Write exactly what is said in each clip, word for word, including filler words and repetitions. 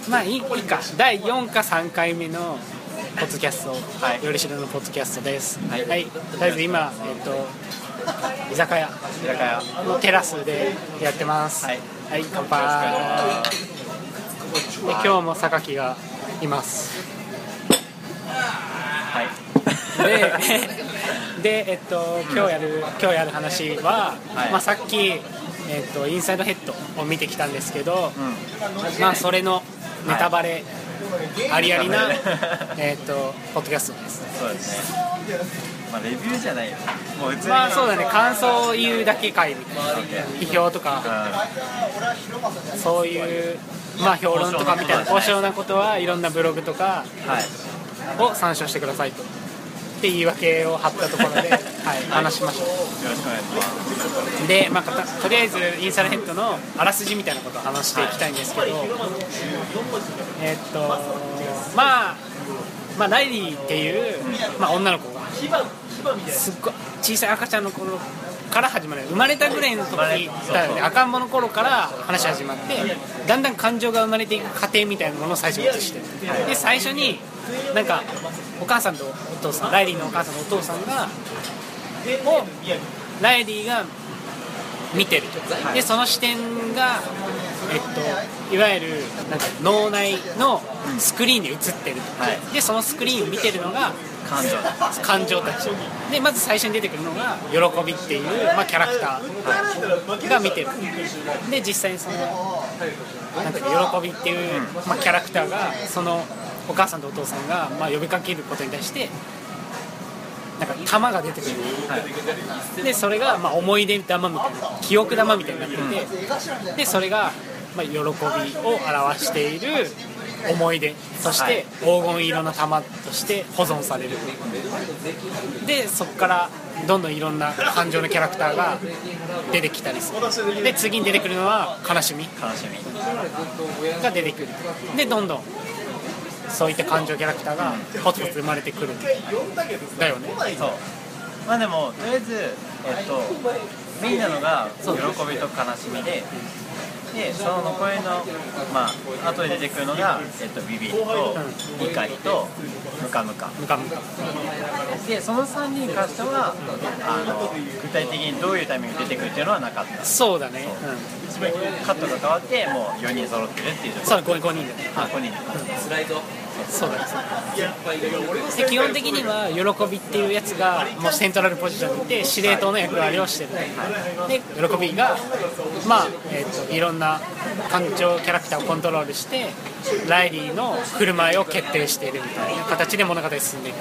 まあいいかだいよんかさんかいめのポッドキャスト、 はい、 よりしろのポッドキャストです。 はい、 はい、とりあえず今、えっと、居酒屋のテラスでやってます。はい、はい、乾杯。で今日も榊がいます。 はい。 で、でえっと今日やる今日やる話は、はい、まあさっきえっとインサイドヘッドを見てきたんですけど、うん、まあそれのネタバレ、はい、ありありなえっとポッドキャストです。 そうですね。まあレビューじゃないよ。もう普通にまあそうだね、感想を言うだけかいみたいな、批評とか、うん、そういうまあ評論とかみたいな高尚なことはいろんなブログとかを参照してくださいと。って言い訳を貼ったところで、はい、話しましょう。 よろしくお願いします。 で、まあ、とりあえずインサイドヘッドのあらすじみたいなことを話していきたいんですけど、えーっとまあ、まあライリーっていう、まあ、女の子がすっごい小さい赤ちゃんの頃から始まる、生まれたぐらいの時だよね、赤ん坊の頃から話始まって、だんだん感情が生まれていく過程みたいなものを最初に映してる。で最初になんかお母さんとお父さん、ライリーのお母さんとお父さんがをライリーが見てると。でその視点が、えっと、いわゆるなんか脳内のスクリーンに映ってると、はい、でそのスクリーンを見てるのが感情感情たちで、まず最初に出てくるのが喜びっていう、まあ、キャラクターが見てる。で実際にそのなんか喜びっていう、まあ、キャラクターがそのお母さんとお父さんが、まあ、呼びかけることに対してなんか玉が出てくる、はい、でそれが、まあ、思い出玉みたいな、記憶玉みたいになっていて、でそれが、まあ、喜びを表している思い出そして黄金色の玉として保存される。でそこからどんどんいろんな感情のキャラクターが出てきたりする。で次に出てくるのは悲しみ悲しみが出てくる。でどんどんそういった感情キャラクターがポツポツ生まれてくるだよね。 そう。まあでもとりあえず、えっと、みんなのが喜びと悲しみで、でその残りの、まあ後で出てくるのが、えっと、ビビと、うん、怒りとムカムカムカムカで、そのさんにんに関してはあの具体的にどういうタイミングで出てくるっていうのはなかった。 そうだね。 そう、うん、カットが変わってもうよにん揃ってるっていうところ。 そう、ごにんで、 あ、ごにんで、 うん、スライドそうだね。で基本的には喜びっていうやつがもうセントラルポジションにいて司令塔の役割をしてる。で喜びがまあ、えー、といろんな感情キャラクターをコントロールしてライリーの振る舞いを決定しているみたいな形で物語が進んでいく。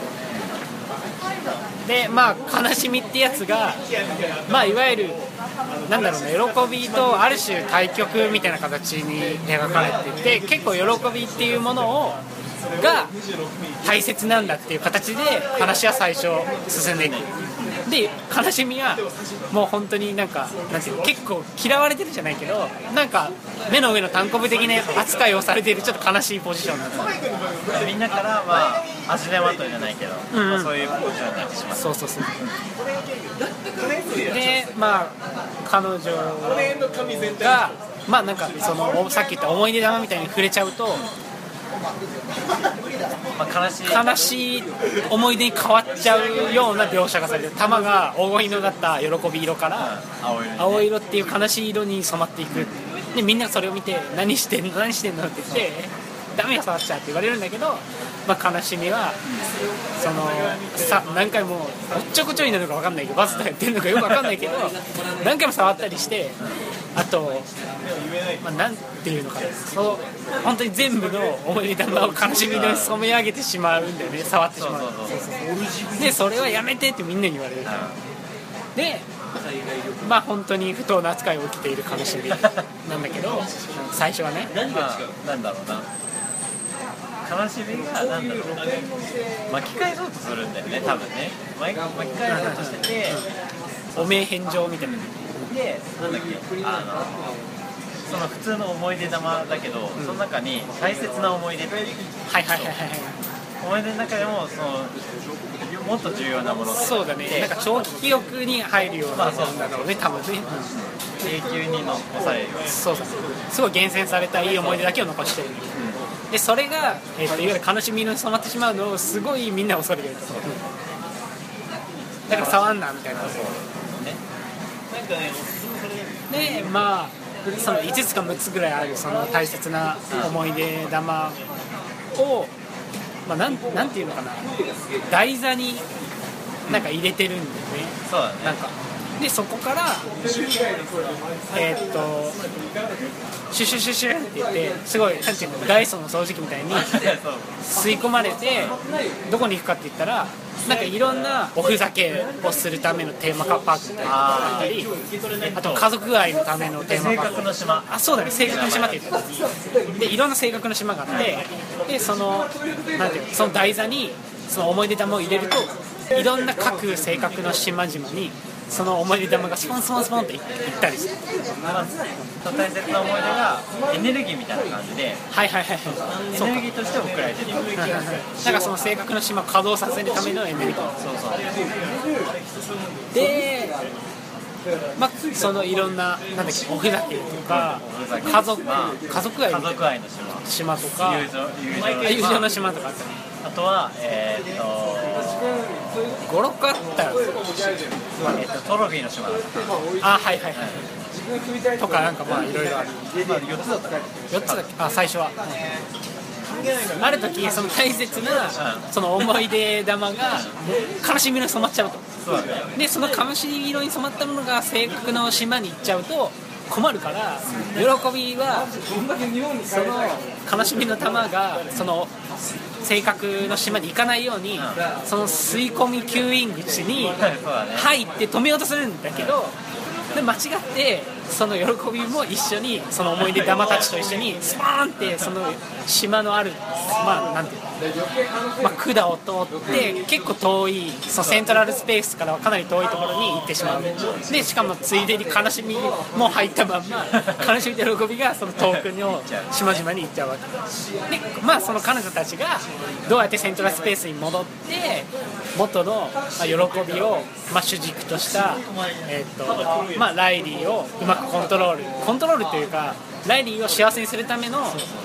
でまあ悲しみってやつがまあいわゆるなんだろうね、喜びとある種対極みたいな形に描かれていて、結構喜びっていうものをが大切なんだっていう形で話は最初進んでいく。で悲しみはもう本当になんかなんていうの、結構嫌われてるじゃないけどなんか目の上の単行部的な扱いをされているちょっと悲しいポジションなんです。 みんなからまあ足手まといじゃないけど、うんうん、まあ、そういうポジションになってしまう。 そうそうそう。でまあ彼女がまあなんかそのさっき言った思い出玉みたいに触れちゃうとまあ、悲しい悲しい思い出に変わっちゃうような描写がされてる。玉が黄金色だった喜び色から青色、ね、青色っていう悲しい色に染まっていく。でみんなそれを見て何してんの何してんのって言ってダメよ触っちゃうって言われるんだけど、まあ、悲しみはそのさ何回もおっちょこちょいなのか分かんないけどバズとやってるのかよく分かんないけど何回も触ったりして、あと、まあ、なんていうのかな、そう本当に全部の思い出玉を悲しみで染め上げてしまうんだよね、触ってしまう。でそれはやめてってみんなに言われる。でまあ本当に不当な扱いを受けている悲しみなんだけど最初はね、 まあ、なんだろうな、悲しみがなんだろう巻き返そうとするんだよね多分ね。巻き返そうとしてて汚名返上みたいなで、なんだっけ、あのその普通の思い出玉だけど、うん、その中に大切な思い出って、はいはいはいはい、 思い出の中でもそのもっと重要なものって、 そうだね、なんか長期記憶に入るようなものなんだろうね、多分ね、 永久に残されるような、 そうそう、すごい厳選されたいい思い出だけを残してる、 うでそれが、えー、といわゆる悲しみ色に染まってしまうのをすごいみんな恐れてると。だから触んなみたいな。でまあそのいつつかむっつぐらいあるその大切な思い出玉を、まあ、なん, なんていうのかな、台座になんか入れてるんだよね。 そうだね。 なんかでそこからえー、っとシュシュシュシュって言ってすごいなんていうのダイソンの掃除機みたいに吸い込まれてどこに行くかって言ったらなんかいろんなおふざけをするためのテーマパークみたいなのがあったり、あと家族愛のためのテーマパーク、 性格の島、 あそうだね、性格の島って言ったらでいろんな性格の島があって、でそのなんていうのその台座にその思い出玉を入れるといろんな各性格の島々にその思い出玉がスポンスポンスポンっていったりする。 まあ、その大切な思い出がエネルギーみたいな感じで、 はいはいはい、 エネルギーとして送られてる。 なんかその性格の島を稼働させるためのエネルギー。 そうそう。 で、まあ、そのいろんななんだっけおふざけとか家族家族愛家族愛の島島とか友情友情の島とかあったね。 あとはえー、っとご、ろっこあったよ、 えー、っとトロフィーの島だった。 あはいはいはいとかなんかまあいろいろある。 まあ、よっつだったね。 よっつだっけ、あ最初は。ある時その大切なその思い出玉が悲しみ色に染まっちゃうと。 そうだね。 でその悲しみ色に染まったものが性格の島に行っちゃうと困るから、喜びはその悲しみの玉がその性格の島に行かないように、その吸い込み吸引口に入って止めようとするんだけど、で間違ってその喜びも一緒にその思い出玉たちと一緒にスパーンってその島のあるまあなんていうの、まあ、管を通って結構遠いそのセントラルスペースからはかなり遠いところに行ってしまう。でしかもついでに悲しみも入ったまんま悲しみと喜びがその遠くの島々に行っちゃうわけで、まあその彼女たちがどうやってセントラルスペースに戻って元の喜びをまあ主軸としたえっとまあライリーをうまくコントロールコントロールというかライリーを幸せにするための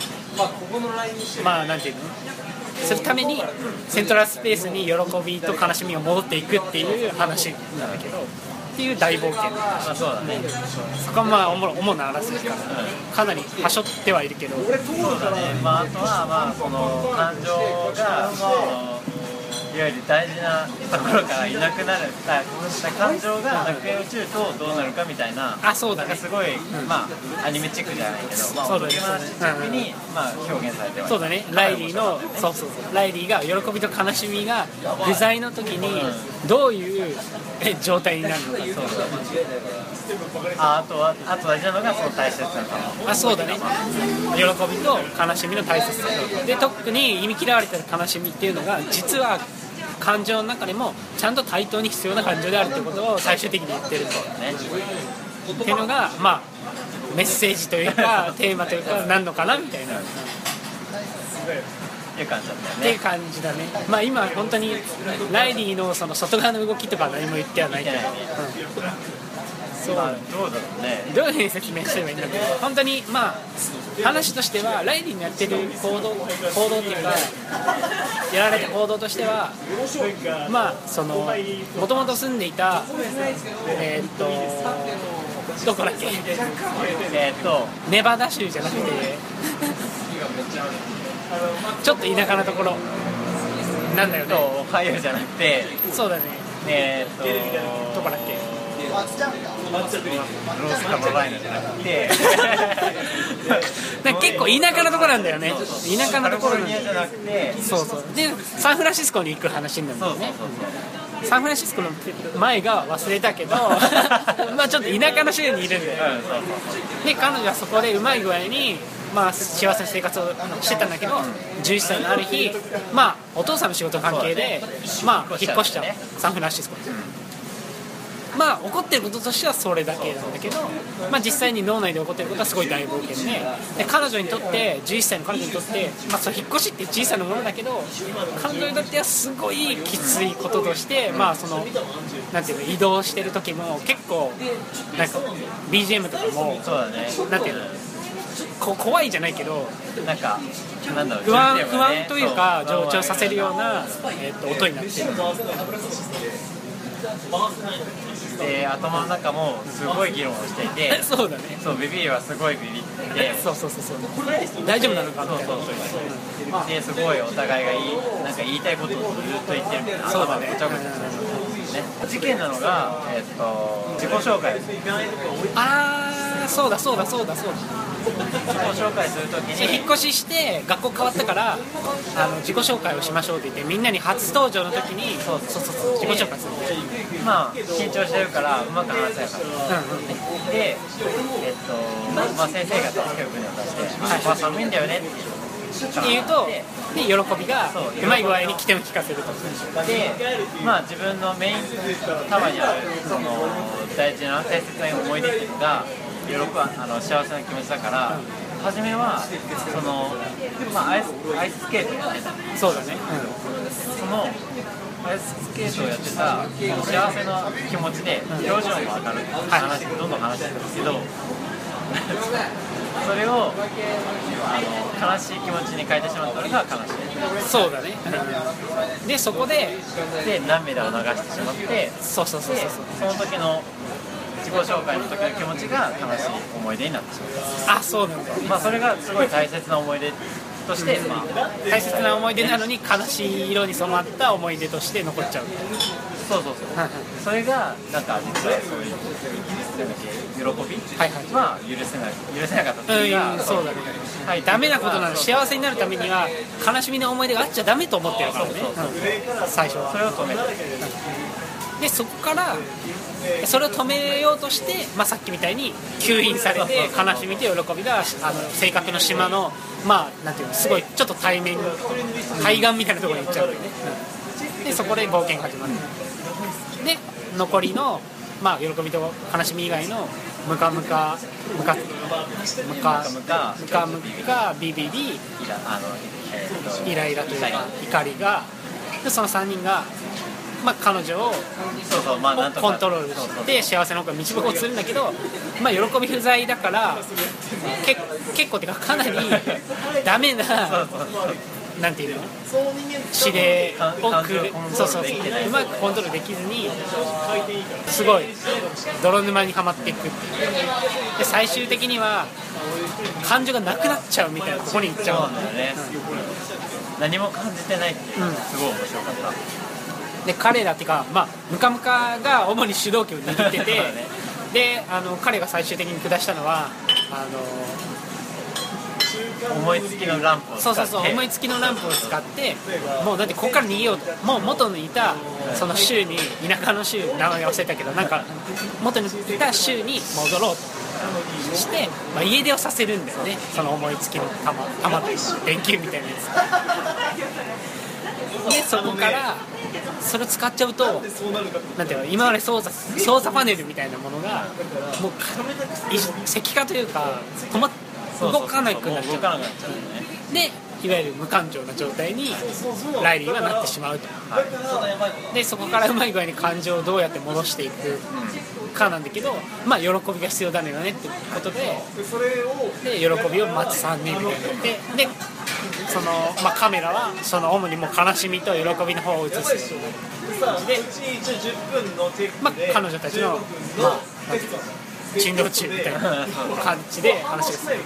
まあなんていうのするためにセントラルスペースに喜びと悲しみが戻っていくっていう話なんだけどっていう大冒険。 まあそうだね。 そこはまあ主主なあらすじからかなりはしょってはいるけど、 そうだね。まああとはまあその感情がそのいわゆる大事なところからいなくなる感情がなくなるとどうなるかみたいな、 あそうだね、 すごい、うん、まあアニメチックじゃないけど、まあ、おとぎ話チックに、まあ、表現されてはいる。 そうだね。ライリーのそうそうそうライリーが喜びと悲しみが不在の時にどういう状態になるのか。そうそうああとはあと大事なのがその大切なあそうだね。喜びと悲しみの大切さで、特に忌み嫌われてる悲しみっていうのが実は感情の中でもちゃんと対等に必要な感情であるということを最終的に言ってるんだよね。っていうのがまあメッセージというかテーマというか何のかなみたいなっていう感じだったよね。 っていう感じだね。まあ今本当にライリーのその外側の動きとかは何も言ってはないけど、うん、そう、 まあ、どうだろうね。 どういうふうに説明すればいいんだけど、本当にまあ話としてはライリーのやってる行動行動っていうかやられた行動としてはまあそのもともと住んでいたえー、っとどこだっけえー、っとネバダ州じゃなくてちょっと田舎のところなんだよね。 オハイオじゃなくてそうだね。 えー、っとどこだっけロースカロライナじゃなくてなんか結構田舎のところなんだよね。田舎のところなんだよ。 じゃなくてそうそうでサンフランシスコに行く話になるんだよね。サンフランシスコの前が忘れたけどまあちょっと田舎の州にいるんだよ。で彼女はそこでうまい具合にまあ幸せな生活をしてたんだけど、じゅういっさいのある日まあお父さんの仕事関係でまあ引っ越しちゃうサンフランシスコに。まあ起こってることとしてはそれだけなんだけど、まあ実際に脳内で起こってることはすごい大冒険で、で彼女にとってじゅういっさいの彼女にとってまあその引っ越しって小さなものだけど彼女にとってはすごいきついこととしてまあそのなんていうの移動してる時も結構なんか ビージーエム とかもそうだね。 なんていうのこ怖いじゃないけどなんかなんだろう不安、 重点不はね安というか上調させるような、えー、と音になってる。 で頭の中もすごい議論をしていてそうだね。 そうビビリはすごいビビってそうそうそうそう大丈夫なのかみたいな。 そうそうそうですごいお互いがいいなんか言いたいことをずっと言ってるみたいな。 そうだね。 頭がごちゃごちゃしてるね。事件なのが、えっと、自己紹介です。 ああそうだそうだそうだそうだ。 自己紹介するときに引っ越しして学校変わったからあの自己紹介をしましょうって言ってみんなに初登場の時にそうそうそう自己紹介する。 まあ緊張してるからうまく話せなかった、うんうん、で、えっとまあ、先生が助ける船を出して「あ、まあ、寒いんだよね」って言うとで喜びがうまい具合に起点を聞かせると。 で、まあ、自分のメインタワーにあるその大事な大切な思い出っていうのが喜あの幸せな気持ちだから、うん、初めはその、まあ、アイス、アイススケートをやってた。 そうだね、 うん、そのアイススケートをやってた幸せな気持ちで表情も上がるって話、はい、どんどん話してたんですけどそれをあの悲しい気持ちに変えてしまったのが悲しい。 そうだね、うん、でそこでで涙を流してしまってそうそうそうそうその時の自己紹介の時の気持ちが悲しい思い出になってしまう。 あ、そうなんだ。 まあそれがすごい大切な思い出として、うん、まあ、 大切な思い出なのに悲しい色に染まった思い出として残っちゃう。 そうそうそうそれがなんか実はそういう喜びは許せない許せなかったっていうか、 うん、そうだね、はい、ダメなことなの。幸せになるためには悲しみの思い出があっちゃダメと思ってるからね。そうそうそう、うん、最初はそれを止める。 でそこからそれを止めようとして、まあ、さっきみたいに吸引されて悲しみと喜びがあの性格の島の、まあ、なんていうのすごいちょっと対面対岸みたいなところに行っちゃうんだよね、うん、でそこで冒険が始まる。で残りの、まあ、喜びと悲しみ以外のムカムカムカムカムカムカムカビビリイライラというか怒りがでそのさんにんがまあ、彼女をコントロールして幸せの方向に導こうとするんだけど、まあ、喜び不在だからけ結構っていうかかなりダメななんていうの指令をくれそうそうそううまくコントロールできずにすごい泥沼にはまっていくっていうで最終的には感情がなくなっちゃうみたいなところに行っちゃうんだよね、 うん、何も感じてないっていうのがすごい面白かった、 うんで彼らっていうか、まあ、ムカムカが主に主導権を握っててね、であの彼が最終的に下したのはあの思いつきのランプを使ってそうそうそう思いつきのランプを使ってもうだってここから逃げようともう元にいたその州に田舎の州名前忘れたけどなんか元にいた州に戻ろうとして、まあ、家出をさせるんだよねその思いつきの玉玉電球みたいなやつでそこからそれを使っちゃうとなんていうの今まで操作操作パネルみたいなものがもう石化というか止ま動かなくなっちゃうでいわゆる無感情な状態にライリーはなってしまうと、はい、でそこからうまい具合に感情をどうやって戻していくかなんだけどまあ喜びが必要だねってことでで喜びを待つさんにんみたいになってでその、まあ、カメラはその主にもう悲しみと喜びの方を映す感じで、まあ、彼女たちの、まあ、珍道中みたいな感じで話が進む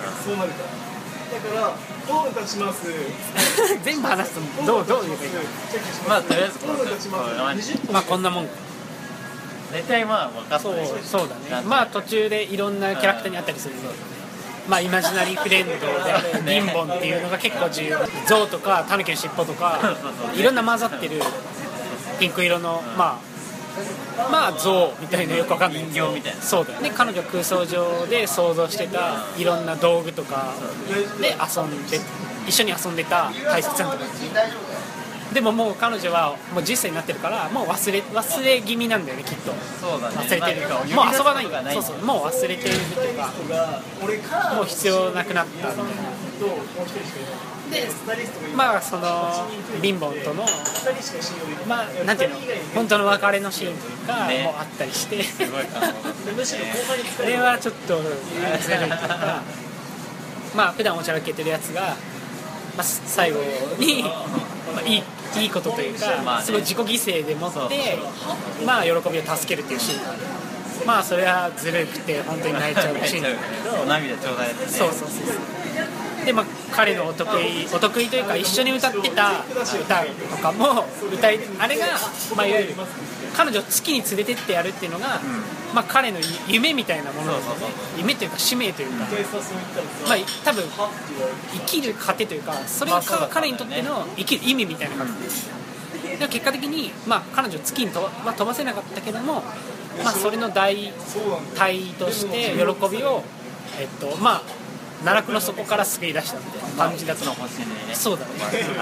全部話すとどうどう言えばいいのまあとりあえずこのまあこんなもん大体まあ分かったそうそうだねまあ途中でいろんなキャラクターにあったりするまあ、イマジナリーフレンドであるリンボンっていうのが結構重要象とかタヌキの尻尾とかいろんな混ざってるピンク色のまあまあ象みたいなよくわかんない人形みたいなそうだよで彼女は空想上で想像してたいろんな道具とかで遊んで一緒に遊んでた大切なところでももう彼女はもうじゅっさいになってるからもう忘れ忘れ気味なんだよねきっとそうだね忘れてるからもう遊ばないそうそうもう忘れてるっていうかもう必要なくなったみたいなでまあそのリンボンとのまあなんていうの本当の別れのシーンというか、ね、もうあったりしてすごい感動だったねそれはちょっとずるいというかまあ普段おちゃらけてるやつが、まあ、最後に、まあ、いいいいことというか、まあね、すごい自己犠牲でもってまあ喜びを助けるっていうシーンがある。まあそれはずるくて本当に泣いちゃうシーンだけど涙ちょうだいってね。 そうそうそうそうで、まあ、彼のお得意お得意というか一緒に歌ってた歌とかも歌いあれが、まあ、いわゆる彼女を月に連れてってやるっていうのが、うんまあ、彼の夢みたいなものですね。夢というか使命というか、まあ、多分生きる糧というかそれが彼にとっての生きる意味みたいな感じです。でも結果的に、まあ、彼女を月に飛ば、まあ、飛ばせなかったけども、まあ、それの代替として喜びを、えっとまあ、奈落の底から救い出したみたいな感じだったの。そうだね。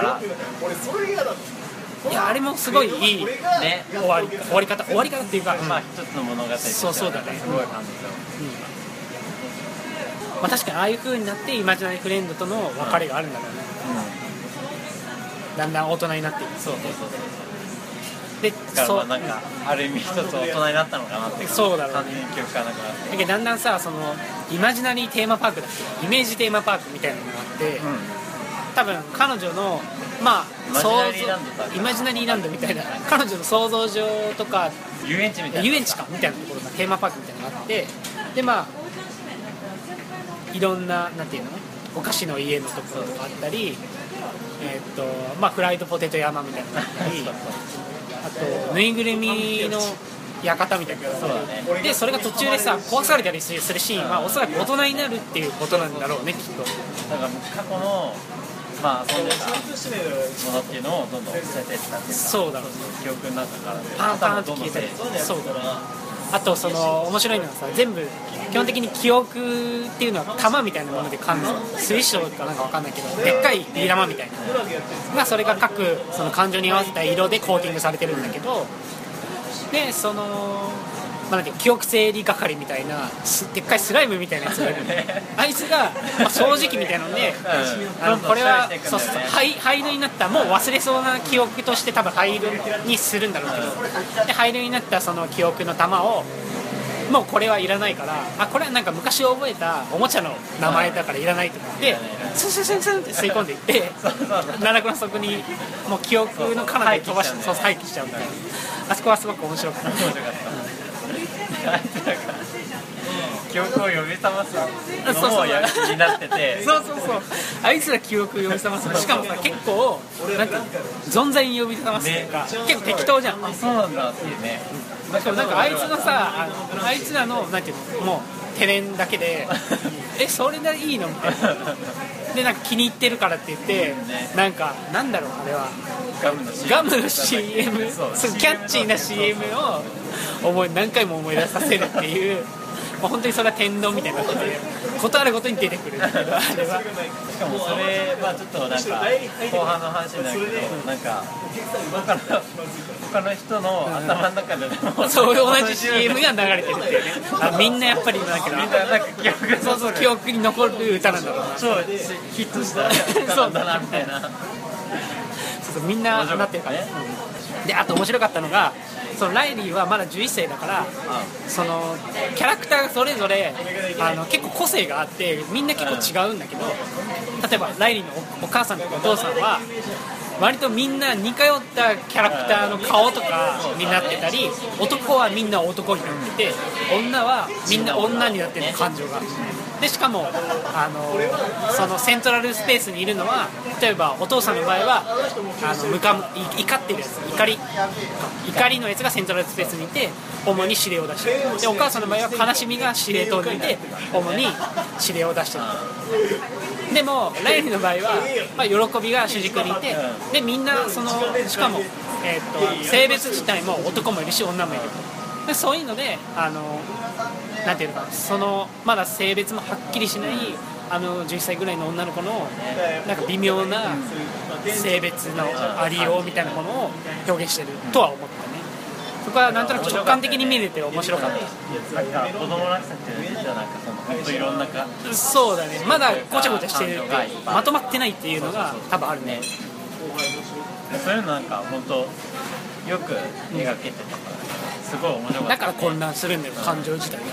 いやあれもすごいいい、ね、終わり終わり方終わり方っていうか、 まあ一つの物語としてそうそうだね。 すごい感じた。 まあ確かにああいう風になってイマジナリーフレンドとの別れがあるんだろうね。うん、だんだん大人になっていく。 そうそうそうそう。でだからまあなんかある意味一つ大人になったのかなってそうだろう、ね、 完全に記憶がなくなって。 だけどだんだんさそのイマジナリーテーマパークだっけイメージテーマパークみたいなのがあって、うん、多分彼女のまあイマジナリーランドみたいな彼女の想像上とか遊園地みたいな遊園地かみたいなところがテーマパークみたいなのがあってでまあいろんななんていうのお菓子の家のところとかあったりえー、っとまあフライドポテト山みたいなのがあったりあとぬいぐるみの館みたいなのがあって、ね、でそれが途中でさ壊されたりするシーンはおそらく大人になるっていうことなんだろうねきっと。 だから過去のまあ遊んでたものっていうのをどんどん捨てていったっていうかそうだろうね記憶になったからパンパンって消えたりそうだろうあとその面白いのはさ全部基本的に記憶っていうのは玉みたいなもので感じる水晶かなんか分かんないけどでっかいビー玉みたいながそれが各その感情に合わせた色でコーティングされてるんだけどでそのまあ、なんて記憶整理係みたいなでっかいスライムみたいなやつがいるあいつが、まあ、掃除機みたいなので、うん、あのこれはそうそう灰灰色になったもう忘れそうな記憶として多分灰色にするんだろうけどで灰色になったその記憶の玉をもうこれはいらないからあこれはなんか昔覚えたおもちゃの名前だからいらないとかってスンスンスンスンって吸い込んでいって奈落の底にもう記憶の彼方で飛ばして廃棄しちゃうみたいなあそこはすごく面白かった。 記憶を呼び覚ますのもやる気になっててそうそうそうあいつら記憶を呼び覚ますしかもさ結構なんか存在に呼び覚ますというか、ね、結構適当じゃん。 あそうなんだっていうね。 しかもなんかあいつのさ あ, あいつらのなんていうのもうテレンだけでえそれでいいのみたいなでなんか気に入ってるからって言って、ね、なんかなんだろうあれはガムの シーエム, ガムの シーエム そうキャッチーな シーエム を思い何回も思い出させるっていうもう本当にそれは天丼みたいになっててことあるごとに出てくるんだけどあれはしかもそれはちょっとなんか後半の話になるけどなんか他の他の人の頭の中でも、 うん、そう同じ シーエム が流れてるっていうねあみんなやっぱりなんかみんななんか記憶そうそう記憶に残る歌なんだろうなそうヒットした歌なんだなみたいなそうそうみんななってるからね、うん、であと面白かったのがそのライリーはまだじゅういっさいだからそのキャラクターがそれぞれあの結構個性があってみんな結構違うんだけど例えばライリーの お, お母さんとかお父さんは割とみんな似通ったキャラクターの顔とかになってたり男はみんな男になってて女はみんな女になってる感情がでしかもあのそのセントラルスペースにいるのは例えばお父さんの場合はあの向か怒ってるやつ怒り怒りのやつがセントラルスペースにいて主に指令を出してるでお母さんの場合は悲しみが司令塔にいて主に指令を出してるでもライリーの場合は、まあ、喜びが主軸にいてでみんなそのしかも、えー、と性別自体も男もいるし女もいるでそういうのであのなんていうのかそのまだ性別もはっきりしないあのじゅっさいぐらいの女の子のなんか微妙な性別のありようみたいなものを表現してるとは思ったね。そこはなんとなく直感的に見れて面白かった。 なんか子供らしさっていうのはなんかその本当いろんなかそうだねまだごちゃごちゃしてるってまとまってないっていうのが多分あるね。 そういうのなんか本当よく描けてたからすごい面白かった、ね、 だから混乱するんだよ感情自体が。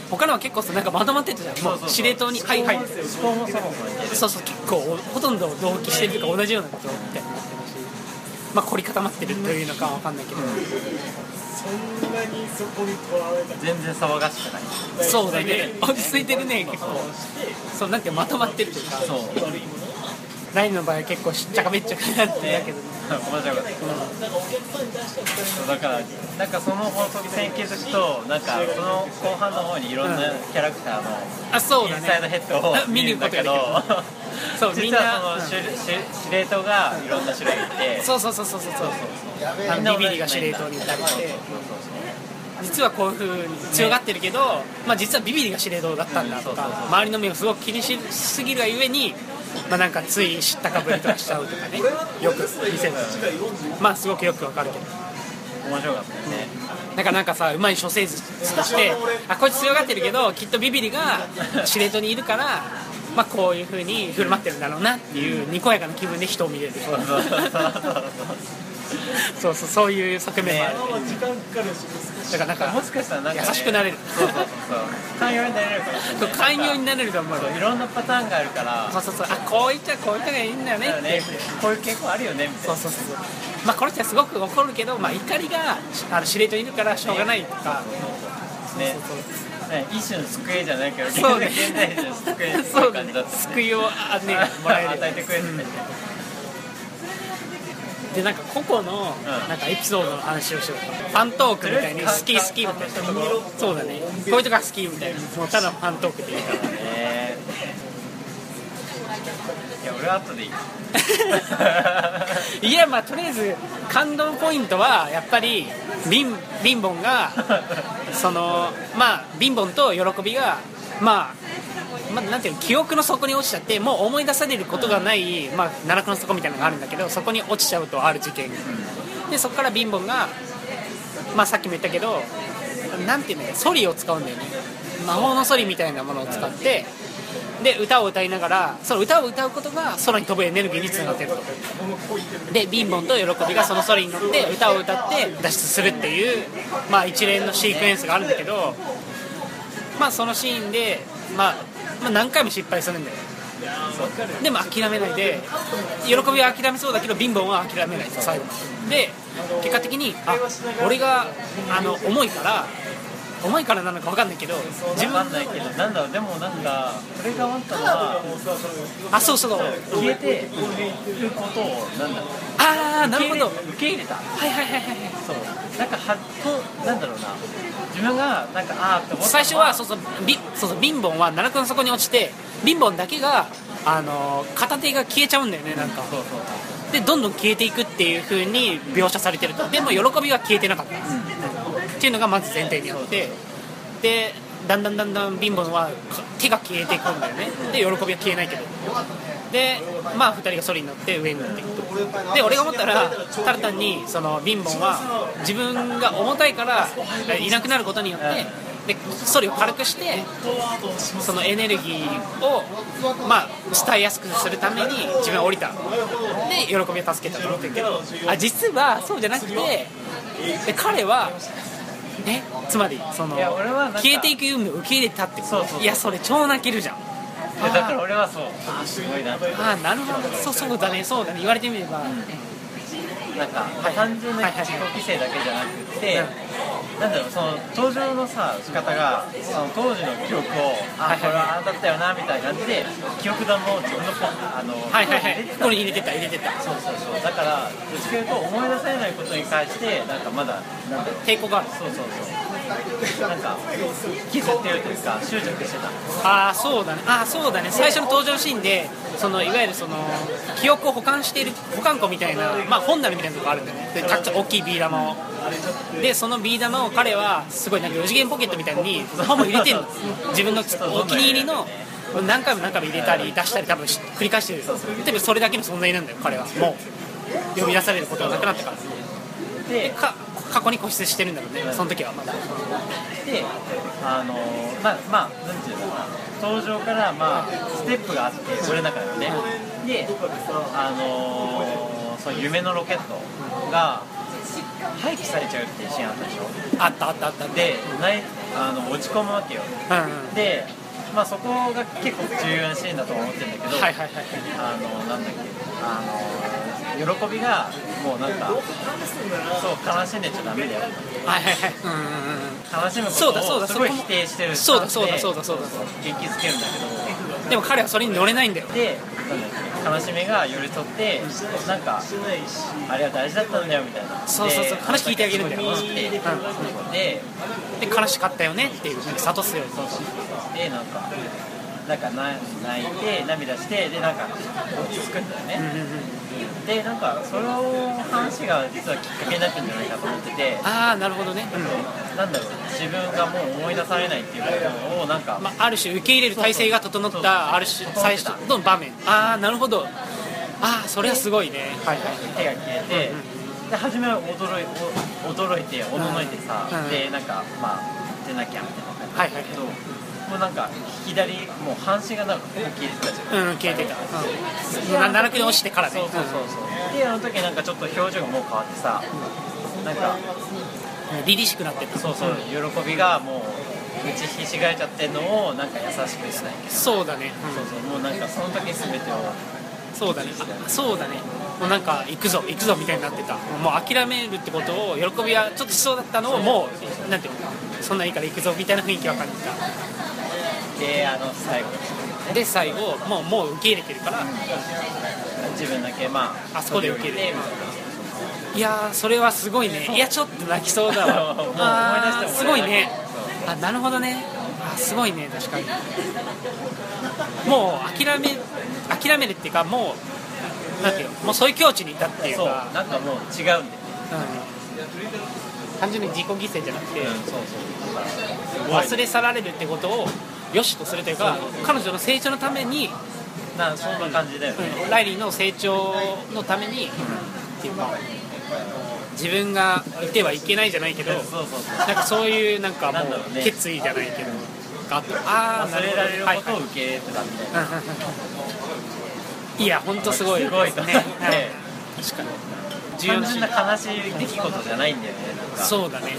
他のは結構さなんかまとまってたじゃん。もう司令塔にはいはい思考もそもそも似てる。 そうそう結構ほとんど同期してるというか同じようなことみたいになってるし、まあ凝り固まってるというのかは分かんないけど、 全然騒がしくない。 そうだね落ち着いてるね結構。そうなんてまとまってるというか、 そうラインの場合は結構しっちゃかめっちゃかになってだけどね。 面白かった、うん、だからなんかその法則線気づくとなんかその後半の方にいろんなキャラクターのあそうだねインサイドヘッドを見るんだけど、 そうみん実はなその司令塔がいろんな種類いて、 そうそうそうそうそうそうあのビビリが司令塔にいたりして実はこういう風に強がってるけど、まあ、実はビビリが司令塔だったんだとか、周りの目をすごく気にしすぎるがゆえに、まあ、なんかつい知ったかぶりとかしちゃうとかねよく見せる、まあすごくよくわかるけど面白かったよね。 だからなんかさうまい処世術としてあこいつ強がってるけどきっとビビリが司令塔にいるからまあこういう風に振る舞ってるんだろうなっていうにこやかな気分で人を見れるそうそうそういう側面もある、ね、だからなんかもしかしたらなんか、ね、 優しくなれるそうそうそう寛容になれるかもしれない。 寛容になれると思ういろんなパターンがあるからそうそうそうあこういったこういったがいいんだよねってね、こういう傾向あるよねみたいな。 そうそうそうまあこの人はすごく怒るけど、まあ、怒りがあの司令塔にいるからしょうがないとかねね一種の救いじゃないけどそうね現代人の救いってそういう感じだったね。 救いをあ、ね、もらえる与えてくれる、うんでなんか個々のなんかエピソードの話をしようか、ファントークみたいに好き好きみたいなところそうだねこういうとこが好きみたいなもうただファントークでいいからね。いや俺は後でいいいやまあとりあえず感動ポイントはやっぱりビンビンボンがそのまあビンボンと喜びがまあまあ、なんていうの記憶の底に落ちちゃってもう思い出されることがない、まあ、奈落の底みたいなのがあるんだけどそこに落ちちゃうとある事件でそこからビンボンが、まあ、さっきも言ったけどなんていうのソリを使うんだよね魔法のソリみたいなものを使ってで歌を歌いながらその歌を歌うことが空に飛ぶエネルギーにつながっているとでビンボンと喜びがそのソリに乗って歌を歌って脱出するっていう、まあ、一連のシークエンスがあるんだけどまあそのシーンでまあまあ、何回も失敗するんだよでも諦めないで喜びは諦めそうだけどビンボンは諦めないと最後で結果的にあ俺があの重いから重いからなのか分かんないけど自分分かんないけどなんだろうでもなんかそれがあったのはあそうそう消えてることをなんだろうああなるほど受け入れたはいはいはいはいそうなんかはっとなんだろうな自分がなんかあーって思った最初はそうそうビそうそうビンボンは奈落の底に落ちてビンボンだけがあの片手が消えちゃうんだよねなんかそうそうでどんどん消えていくっていう風に描写されてるとでも喜びは消えてなかった、うん、っていうのがまず前提にあってでだんだんだんだんビンボンは手が消えていくんだよねで喜びは消えないけどでまあふたりがソリに乗って上に乗っていくとで俺が思ったらただ単にそのビンボンは自分が重たいからいなくなることによってでソリを軽くしてそのエネルギーをまあ伝えやすくするために自分は降りたで喜びを助けたと思ってるけどあ実はそうじゃなくてで彼はねつまりその消えていく運命を受け入れたってそうそういやそれ超泣けるじゃんだから俺はそうあすごいなあなるほどそうそうだねそうだね言われてみれば、うんなんか、はい、単純な自己規制だけじゃなくて、はいはい、なんだろうその登場のさ仕方がその当時の記憶をあ、はいはい、これはああだったよなみたいな感じで記憶玉を自分のあのはいはいはいこれ入れてた入れてたそうそうそうだからどっちかというと思い出されないことに関してなんかまだなんだろう抵抗があるそうそうそうなんか引きずってるというか執着してたああそうだねあそうだね最初の登場シーンでそのいわゆるその記憶を保管している保管庫みたいなまあ本棚みたいなとこあるんだよねでたくさん大きいビー玉をでそのビー玉を彼はすごいなんかよ次元ポケットみたいに本も入れてるの自分のお気に入りの何回も何回も入れたり出したり多分繰り返してる多分それだけの存在なんだよ彼はもう呼び出されることがなくなったからでか過去に固執してるんだろうねその時はまだであのー、まあまあなんていうのかな登場からまあステップがあって俺の中ではねであのー、その夢のロケットが廃棄されちゃうっていうシーンあったでしょ。 あったあったあった。 で、ないあの落ち込むわけよ、 うんうん、 で、まあ、そこが結構重要なシーンだと思ってるんだけど、 はいはいはい、 あのなんだっけ、あの喜びがもうなんかそう悲しんでちゃダメだよ、 はいはいはい、うんうんうん、 悲しむことをすごい否定してるスタンスで元気づけるんだけど、 でも彼はそれに乗れないんだよ。 で、なんだっけ、悲しみが寄り添ってなんかあれは大事だったんだよみたいな、 そうそうそう、話聞いてあげるんだよ、 うん、で, で, で悲しかったよねっていうふうに諭すように、 そうそうでなんかなんか泣いて涙してでなんか落ち着くんだよね、うんうんうん、でなんかその話が実はきっかけになってるんじゃないかと思ってて、 ああなるほどね、 うん、なんだろう、自分がもう思い出されないっていうことをなんか、 まあ、ある種受け入れる体制が整ったある種最初の場面、ああなるほど、ああそれはすごいね、はいはい、 手が消えて、うんうん、で初めは驚い驚いておののいてさ、うん、でなんかまあ出なきゃみたいな感じだけど、はいはい、もうなんか左もう半身がなんか消えてたじゃん、 うん、消えてた、うん、奈落に落ちてからね、 そうそうそうそう、であの時なんかちょっと表情がもう変わってさ、うん、なんか凛々しくなってた、 そうそう、喜びがもう打ちひしがれちゃってるのをなんか優しくしないけど、 そうだね、 うん、そうそう、もうなんかその時全てをそうだね、そうだね、もうなんか行くぞ行くぞみたいになってた、もう諦めるってことを喜びはちょっとしそうだったのをもうなんていうの、そんないいから行くぞみたいな雰囲気は感じた。 で、あの最後で最後もうもう受け入れてるから、うん、 自分だけまああそこで受け入れてる、いやーそれはすごいね、いやちょっと泣きそうだわもう思い出してもすごいね、あなるほどね、あすごいね、確かにもう諦め諦めるっていうか、もうなんていうの、もうそういう境地にいたっていうか、 そうなんかもう違うんだよね、 うん、単純に自己犠牲じゃなくて、うん、そうそう忘れ去られるってことを良しとするというか、彼女の成長のために、 なそんな感じだよね、 うん、ライリーの成長のために、うん、っていうか自分がいてはいけないじゃないけど、そうそうそう、なんかそういうなんかもう決意じゃないけどがあって、あ忘れられることを受け入れてたみたいな、はいはい、 いや本当すごいですね、 すごいね、はい、 確かに単純な悲しい出来事じゃないんだよね、なんかそうだね、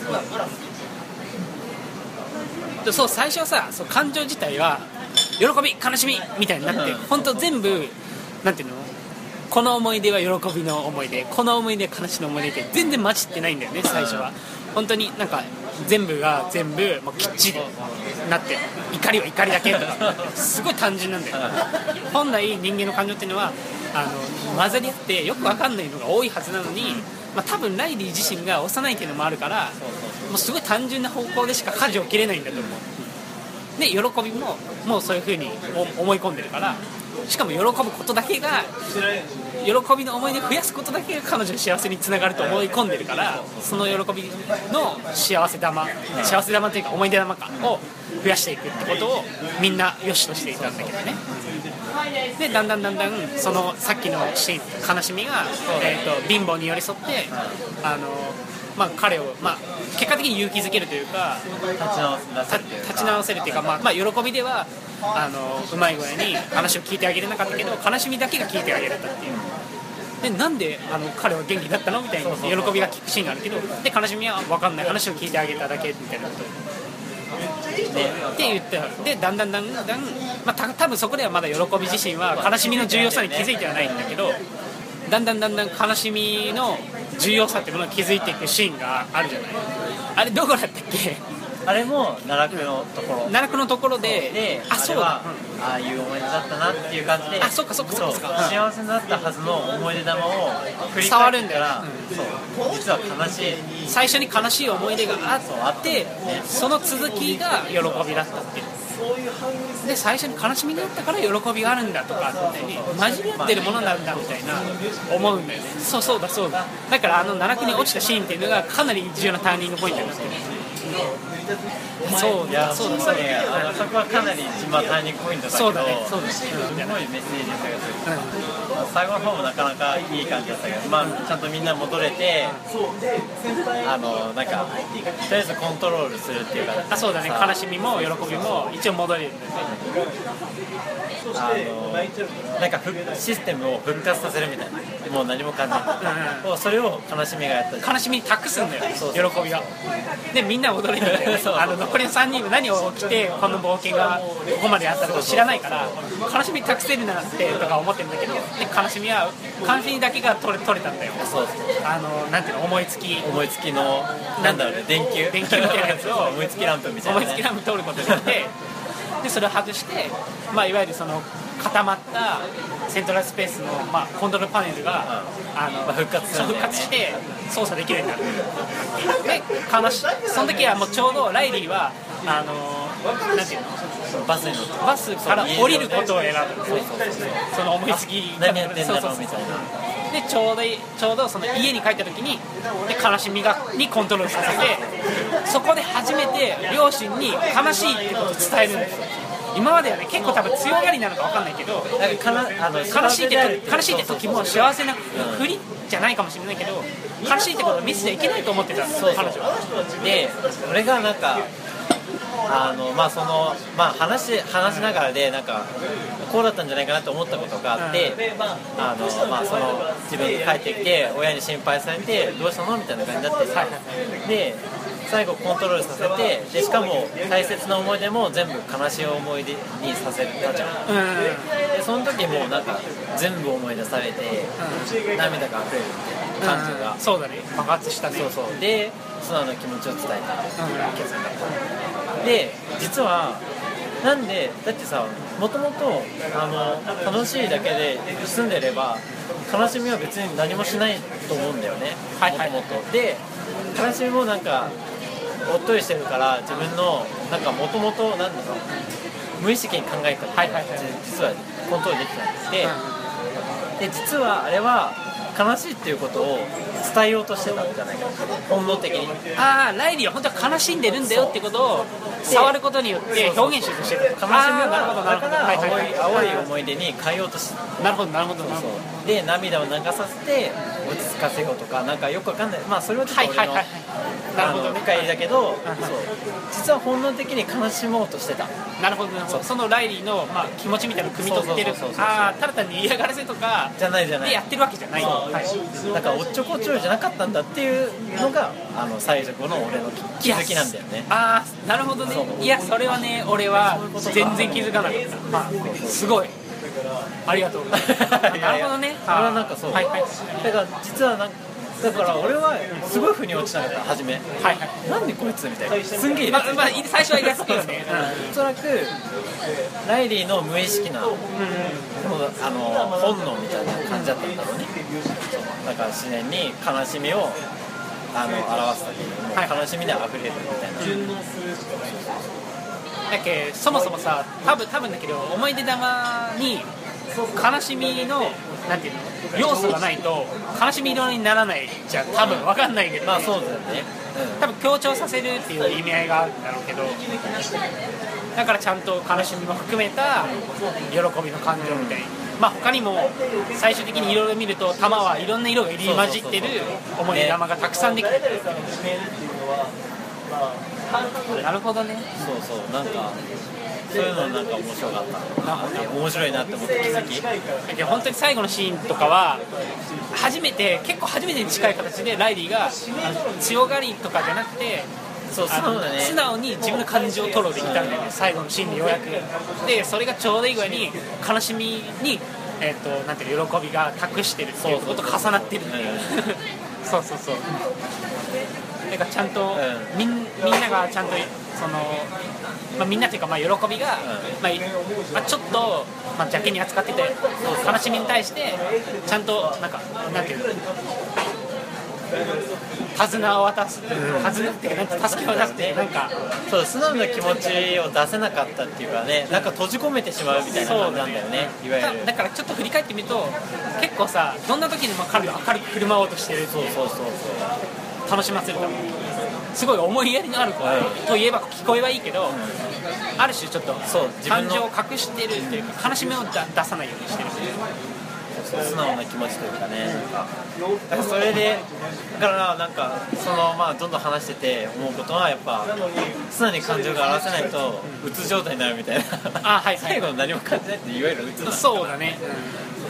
そう最初はさ、そう感情自体は喜び悲しみみたいになって、本当全部なんていうの、この思い出は喜びの思い出、この思い出は悲しみの思い出って全然混じってないんだよね、最初は。本当になんか全部が全部もうきっちりなって、怒りは怒りだけとかすごい単純なんだよ。本来人間の感情っていうのはあの混ざり合ってよく分かんないのが多いはずなのに、まあ、多分ライリー自身が幼いっていうのもあるから、もうすごい単純な方向でしか舵を切れないんだと思う。で喜びももうそういう風に思い込んでるから、しかも喜ぶことだけが、喜びの思い出を増やすことだけが彼女の幸せにつながると思い込んでるから、その喜びの幸せ玉、幸せ玉というか思い出玉かを増やしていくってことをみんな良しとしていたんだけどね。でだんだんだんだんそのさっきのシーン、悲しみが、えーと、貧乏に寄り添って、あのまあ、彼を、まあ、結果的に勇気づけるというか、 立ち直せるというか、 立ち直せるというか、まあまあ、喜びではあのうまい具合に話を聞いてあげれなかったけど、悲しみだけが聞いてあげれたっていう。でなんであの彼は元気だったのみたいな喜びが聞くシーンがあるけど、で悲しみは分かんない、話を聞いてあげただけみたいなことでって言ってでだんだんだんだん、まあ、た多分そこではまだ喜び自身は悲しみの重要さに気づいてはないんだけど、だんだんだんだん悲しみの重要さっていうものに気づいていくシーンがあるじゃない。あれどこだったっけ？ あれも奈落のところ、 奈落のところで、 であそうだ、うん、ああいう思い出だったなっていう感じで、 あそっかそっかそっか、 うん、幸せになったはずの思い出玉を振り触るんだよ、 返ったら、うん、そう実は悲しい、 最初に悲しい思い出があって、その続きが喜びだったっていう。で最初に悲しみがあったから喜びがあるんだとかみたいに混じり合ってるものなんだみたいな思うんだよね。そうそうだそうだ、だからあの奈落に落ちたシーンっていうのがかなり重要なターニングポイントになってる。そうだそうだそうだ、 あそこはかなり一番ターニングポイントだけど、 そうだねそうだね、 すごいメッセージだったけど、最後の方もなかなかいい感じだったけど、まあ、ちゃんとみんな戻れて、あのなんかとりあえずコントロールするっていうか、 あそうだね、悲しみも喜びも一応戻れるんだよね。 あのなんかシステムを復活させるみたいな、 もう何も感じない、うんうん、それを悲しみがやった悲しみに託すんだよ。そうそう喜びがでみんな驚いてるんだよあの残りのさんにんは何を起きてこの冒険がここまでやったのか知らないから悲しみに託せるなんてとか思ってるんだけどで悲しみは悲しみだけが取れ、取れたんだよ。 そうそうあのなんていうの思いつき思いつきのなんだろうね電球電球みたいなやつを思いつきランプみたいな、ね、 思いつきランプ取ることによってでそれを外して、まあ、いわゆるその固まったセントラルスペースの、まあ、コントロールパネルが、うんあのまあ、復活するんだよね、 復活して操作できるようになるで悲しその時はもうちょうどライリーはあのなんていうのバスに乗ってバスから降りることを選ぶんですね。 そうそうそうその思いつき何やってんだろうみたいなでちょうどちょうどその家に帰った時にで悲しみがにコントロールさせてそこで初めて両親に悲しいってことを伝えるんですよ。今まではね結構多分強がりなのか分かんないけどなんかかなあの悲しいって悲しいって時も幸せなふりじゃないかもしれないけど悲しいってことをミスじゃいけないと思ってたんですよ彼女は。 で俺がなんかあのまあそのまあ話話しながらでなんかこうだったんじゃないかなと思ったことがあって、うん、あのまあその自分で帰ってきて親に心配されてどうしたのみたいな感じになって、はい、で最後コントロールさせてでしかも大切な思い出も全部悲しい思い出にさせたじゃん、うん、でその時もなんか全部思い出されて、うん、涙が溢れるみたいな感情が、 うん、そうだね爆発したね。 そうそうで素直な気持ちを伝えた決断だった、うん、で実はなんでだってさもともと楽しいだけで済んでれば悲しみは別に何もしないと思うんだよね、はいはい、もともとで悲しみもなんかおっとりしてるから自分のなんかもともとなんだろう無意識に考え方が、はいはいはい、実はコントロールできてなくて、うん、で実はあれは悲しいっていうことを伝えようとしてたんじゃないかな本能的に。 ああライリーは本当は悲しんでるんだよってことを触ることによって表現しようとしてる。悲しみはだから青い、青い思い出に変えようとしてた。 なるほどなるほどなるほど。で涙を流させて落ち着かせようとかなんかよくわかんないまあそれはちょっと俺の理解だけど、そう実は本能的に悲しもうとしてた。 なるほどなるほど。そのライリーの、まあ、気持ちみたいなのを汲み取ってる。ああただ単に嫌がらせとかじゃないじゃないでやってるわけじゃない。はい、 だからおっちょこちょいじゃなかったんだっていうのがあの最初の俺の気づきなんだよね。 ああなるほどね。いやそれはね俺は全然気づかなかった、まあ、すごいありがとうなるほどね。 俺はなんかそう、はいはい、だから実はなんかだから俺はすごい腑に落ちなかった初め、はいはい、なんでこいつみたいなすんげえ、 まあまあ、最初はイラつくよね、 うん、おそらくライリーの無意識な、うん、あの本能みたいな感じだったんだろうね、うん、だから自然に悲しみをあの表すだけでも、はい、悲しみで溢れるみたいな、うん、 だけそもそもさ多分多分だけど思い出玉に悲しみのなんていうの要素がないと悲しみ色にならないじゃん多分分かんないけど、ね、 まあそうだよね、 うん、多分強調させるっていう意味合いがあるんだろうけどだからちゃんと悲しみも含めた喜びの感情みたいに、まあ他にも最終的にいろいろ見ると玉はいろんな色が入り混じってる思い出玉がたくさんできてる、ね、なるほどね。 そうそうなんかそういうのなんか面白かったなんか面白いなって思った気づきいや本当に最後のシーンとかは初めて結構初めてに近い形でライリーが強がりとかじゃなくてそう素直だね素直に自分の感情を吐露できたんだよね最後のシーンでようやくでそれがちょうどいい具合に悲しみに、えー、となんていう喜びが託してるっていうことと重なってるっていうそうそうそうだからちゃんと、うん、みんみんながちゃんとその、まあ、みんなというかまあ喜びが、うんまあまあ、ちょっと、まあ、邪気に扱ってて悲しみに対してちゃんとなんかなんていうの手綱を渡す、手綱っていうかなんか助けを出してなんかそう素直な気持ちを出せなかったっていうかねなんか閉じ込めてしまうみたいな感じなんだよねいわゆるだ, だからちょっと振り返ってみると結構さどんな時にも彼が明るく振る舞おうとしてるそうそうそうそう楽しませるためにすごい思いやりのある子、うん、といえば聞こえはいいけど、うん、ある種ちょっと感情を隠してるっていうか悲しみをだ出さないようにしてる素直な気持ちというかねなんかそれでだからなんかそのまあどんどん話してて思うことはやっぱ素直に感情が表せないとうつ状態になるみたいなあ、はいはい、最後の何も感じないっていわゆるうつそうだね、うん、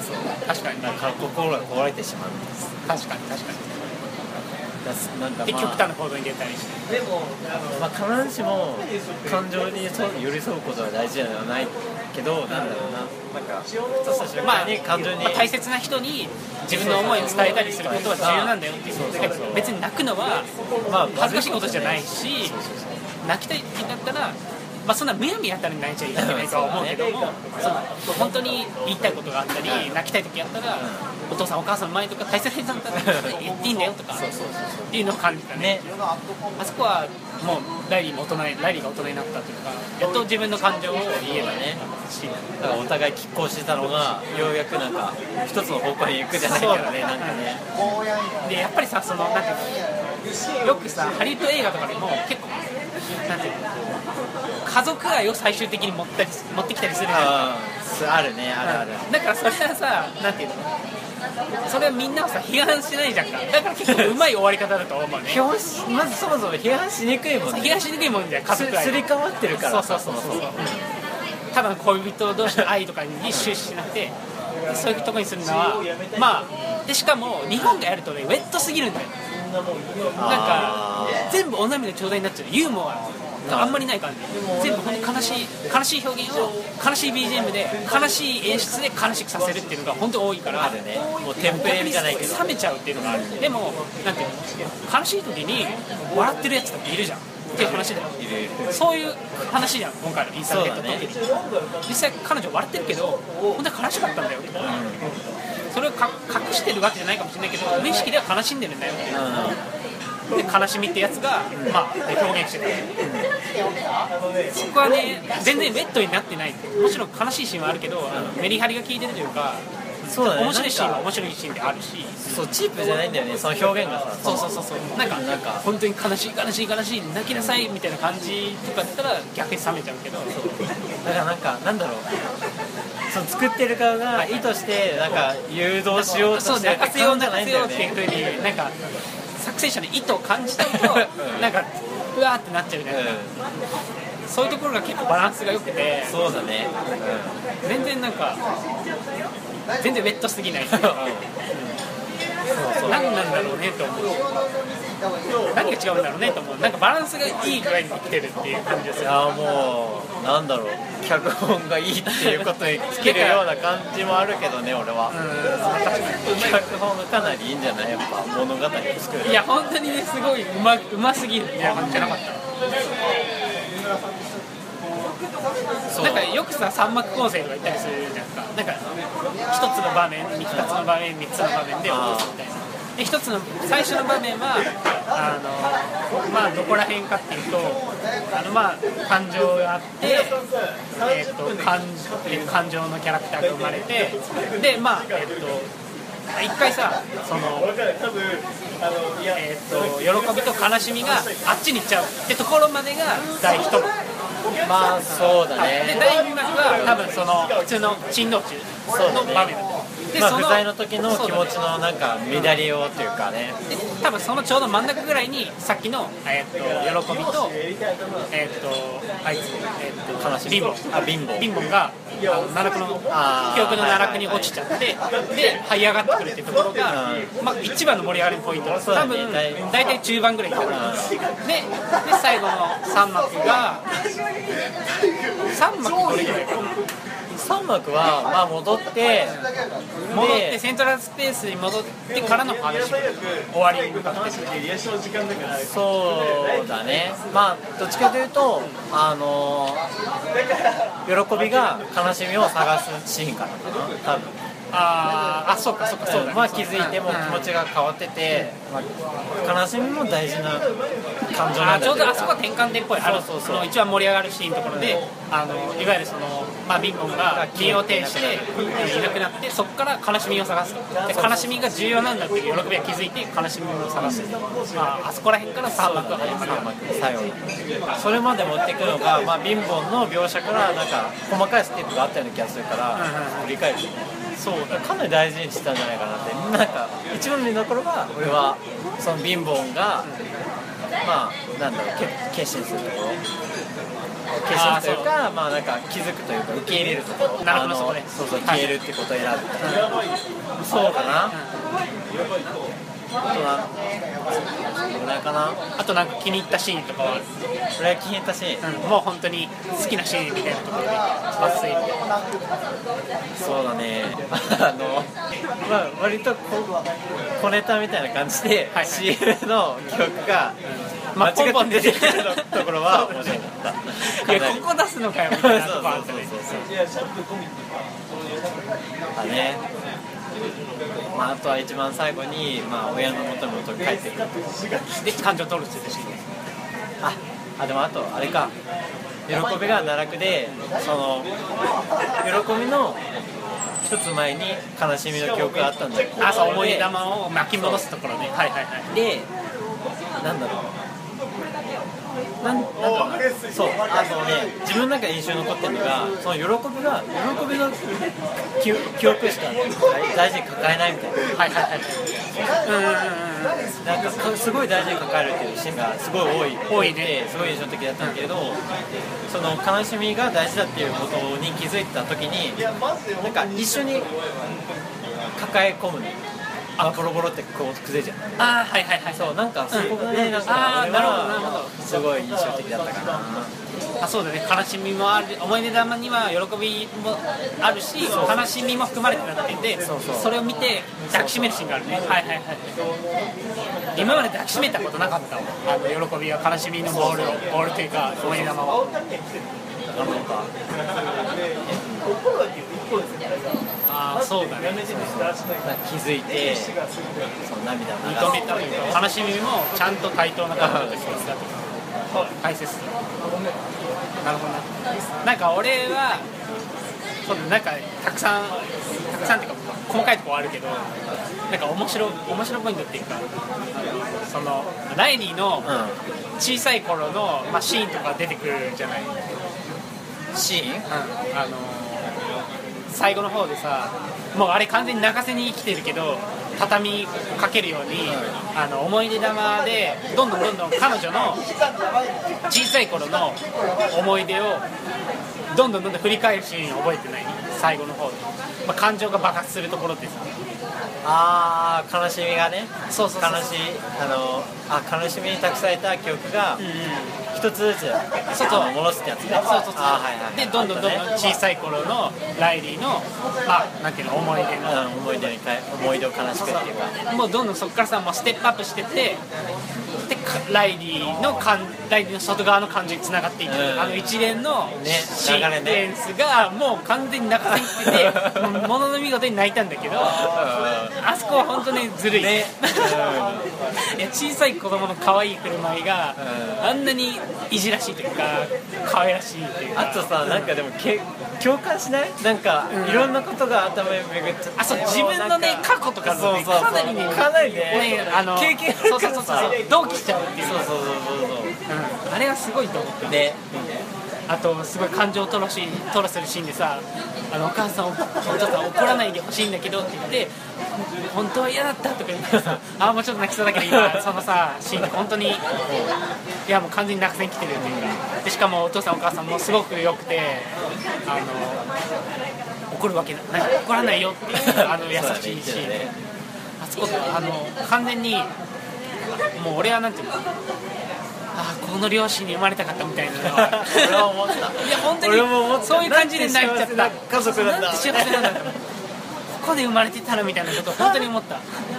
確かになんか心が壊れてしまうんです。 確かに確かになんか、まあ、 で極端な行動に出たりして、でも、 まあ、必ずしも感情に寄り添うことが大事ではないけど、なんだろうな、なんかふとした瞬間に感情に、 まあまあ、大切な人に自分の思いを伝えたりすることは重要なんだよっていう。そうそうそう、別に泣くのは恥ずかしいことじゃないし、泣きたいってなったら、まあ、そんなむやみやったら泣いちゃいけないとは思うけども、その本当に言いたいことがあったり泣きたい時あったら、お父さんお母さんの前とか大切な人だったら言っていいんだよとかっていうのを感じたね。あそこはもうライリーも大人ライリーが大人になったというか、やっと自分の感情を言えたね。 だからお互い拮抗してたのがようやくなんか一つの方向に行くじゃないからね。なんかね、 でやっぱりさ、そのなんていうの、よくさハリウッド映画とかでも結構なんていうの、家族愛を最終的に持ったり持ってきたりするの。 ああるね、あるある。 だからそれはさ、なんていうの、それはみんなをさ批判しないじゃんか。だから結構うまい終わり方だと思うね。 まずそもそも批判しにくいもんね。 批判しにくいもんじゃん、家族愛すり替わってるから。 そうそうそうそう、ただの恋人同士の愛とかに終始しなくて、そういうとこにするのはまあ、でしかも日本がやるとね、ウェットすぎるんだよ。なんか全部お涙ちょうだいになっちゃう。ユーモアあんまりない感じ。全部本当に悲しい悲しい表現を悲しい ビージーエム で悲しい演出で悲しくさせるっていうのが本当多いから、 あるね、もうテンプレじゃないけど冷めちゃうっていうのがある。でもなんていうの、悲しい時に笑ってるやつとかいるじゃんっていう話だよ。そういう話じゃん今回のインスタゲットの時に、ね、実際彼女笑ってるけど本当に悲しかったんだよって、うん、それをか隠してるわけじゃないかもしれないけど無意識では悲しんでるんだよって、うん、で悲しみってやつが、まあ、表現してる、うん、そこはね全然ウェットになってない。もちろん悲しいシーンはあるけど、うん、メリハリが効いてるというか、 そうだね、 面白いシーンは面白いシーンであるし、 そうチープじゃないんだよね、その表現がさ。 そうそうそうそう、なんかなんか本当に悲しい悲しい悲しい泣きなさいみたいな感じとかだったら逆に冷めちゃうけど、 だからなんかなんだろう、その作ってる側が意図してなんか誘導しようとしてるって感じじゃないんだよね。 っていう風になんか作成者の意図を感じたとなんかうわーってなっちゃうみたいな、うん、そういうところが結構バランスが良くて、 そうだね、 うん、全然なんか全然ウェットすぎないっていうか、そうそう、何なんだろうねと思う。何が違うんだろうねと思う。なんかバランスがいいぐらいに来てるっていう感じですよ。 いやもうなんだろう、脚本がいいっていうことに尽きるような感じもあるけどね俺は。うん、確かに脚本がかなりいいんじゃない、やっぱ物語を作る。 いや本当にね、すごいうま、うますぎるみたいな感じじゃなかった。なんかよくさ三幕構成とか言ったりするじゃんか。なんか一つの場面、二つの場面、三つの場面で起こすみたいな。で一つの最初の場面はあのまあどこら辺かっていうと、あのまあ感情があって、えー、と 感, 感情のキャラクターが生まれて、でまあえっ、ー、と一回さ、その、えー、と喜びと悲しみがあっちに行っちゃうってところまでが第一幕。 まあそうだね。 で第二幕は多分その普通の珍道中の場面だった。でまあ、不在の時の気持ちのなんか乱れようというかね、 で多分そのちょうど真ん中ぐらいにさっきの、えー、と喜びと、えー、とあいつ、えー、と悲しみ、 貧乏あ貧乏貧乏が奈落の記憶の奈落に落ちちゃって、で這い上がってくるっていうところが、うん、まあ、一番の盛り上がりのポイントです。多分大体中盤ぐらいに来る、うん、で, で最後のさん幕がさん幕どれぐらいかな。 さん幕はまあ戻って戻ってセントラルスペースに戻ってからの話、終わりに向かって。 そうだね、まあどっちかというとあの喜びが悲しみを探すシーンからかな多分。 ああ、そうかそうかそうだ、ね、 まあ気づいても気持ちが変わってて、まあ、悲しみも大事な感情なんだけど、 ちょうどあそこは転換点っぽい。 そうそうそう、 あの一番盛り上がるシーンのところで、あのいわゆるその、まあ、貧乏が身を挺していなくなって、そこから悲しみを探す。で悲しみが重要なんだっていう喜びは気づいて悲しみを探す、まあ、あそこら辺からさん幕が始まる。 最後にそれまで持っていくのが、まあ、貧乏の描写からなんか細かいステップがあったような気がするから、振り返るとそうだ、かなり大事にしてたんじゃないかなって。なんか一番見どころは俺はその貧乏が、まあなんだろう決心するところ消すというか、まあなんか気づくというか受け入れるところ、 なるほどそこでそうそう消えるってことを選ぶ、はい、そうかな、うん、あとはどれぐらいかな。 あとなんか気に入ったシーンとかはある？ これは気に入ったシーン、 うん、もう本当に好きなシーンみたいなところで抜粋みたいな。 そうだねあの、まあ、割とこ小ネタみたいな感じで、はい、シーエム の記憶が間違って出てくるところは面白かったいやここ出すのかよみたいなとこあったね。 だね。まあ、あとは一番最後に、まあ、親の元に元に帰ってくるで感情取るって言ってしああでもあとあれか喜びが奈落でその喜びの一つ前に悲しみの記憶があったんだよ。 あそう思い出玉を巻き戻すところね。はいはいはい。 でなんだろうなんなんだろうなそうあのね自分の中で印象に残ってるのがその喜びが喜びの記記憶しか大事に抱えないみたいな。はいはいはいうんなんかすごい大事に抱えるっていうシーンがすごい多い多いね。 すごい印象的だったんだけど、その悲しみが大事だっていうことに気づいた時になんか一緒に抱え込むの。あボロボロってこう崩れちゃう。 あはいはいはい。 そうなんかそこがね、うん、なんか俺はすごい印象的だったかな。 あそうだね悲しみもある思い出玉には喜びもあるし悲しみも含まれてるってんで そ, うそうそれを見て抱きしめるシーンがあるね。はいはいはい。今まで抱きしめたことなかったもんあの喜びや悲しみのボールをボールというか思い出玉をあのかあそうだね気づいてその涙を認めたというか悲しみもちゃんと対等な感じで一つだと解説なるほどな。なんか俺はそうなんかたくさんたくさんっていうか細かいところあるけどなんか面白面白ポイントっていうかそのライリーの小さい頃の、まあ、シーンとか出てくるじゃないシーン、うん、 あの最後の方でさもうあれ完全に泣かせに生きてるけど畳みかけるように、うん、あの思い出玉でどんどんどんどん彼女の小さい頃の思い出をどんどんどんどん振り返るシーンを覚えてない最後の方で、まあ、感情が爆発するところってさあー悲しみがねそうそうそう悲しいあのあ悲しみに託された記憶が、うんうん一つずつ外を戻すってやつね。そうそうそうあ、はいはい、でどんどんどんどん小さい頃のライリーのまあなんていうの思い出の、 うん、思い出にか思い出を悲しくっていうかもうどんどんそこからさもうステップアップしてってでライリーのかんライリーの外側の感情につながっていく、うん、あの一連のシーケンスがもう完全に泣かせにいっててものの見事に泣いたんだけどあそこは本当ねずるい、ねうん、いや小さい子供の可愛い振る舞いが、うん、あんなにいじらしいというか可愛らしいというかあとさなんかでもけ共感しないなんか、うん、いろんなことが頭に巡っちゃってあそう自分のね過去とかのねかなりねかなりねねあの経験そうそうそうそう同期しちゃうっていうそうそうそうそうそう、 うん、あれはすごいと思ってねあとすごい感情を吐露し吐露するシーンでさあのお母さんお父さん怒らないでほしいんだけどって言って本当は嫌だったとか言ってさあもうちょっと泣きそうだけど今そのさシーンって本当にいやもう完全に泣くせに来てるっていうかでしかもお父さんお母さんもすごく良くてあの怒るわけない怒らないよっていうあの優しいシーンであそこあの完全にもう俺はなんていうのあこの両親に生まれたかったみたいなのは俺は思ったいや本当にそういう感じで泣いちゃった家族なんだなんて幸せなんだここで生まれてたらみたいなことを本当に思った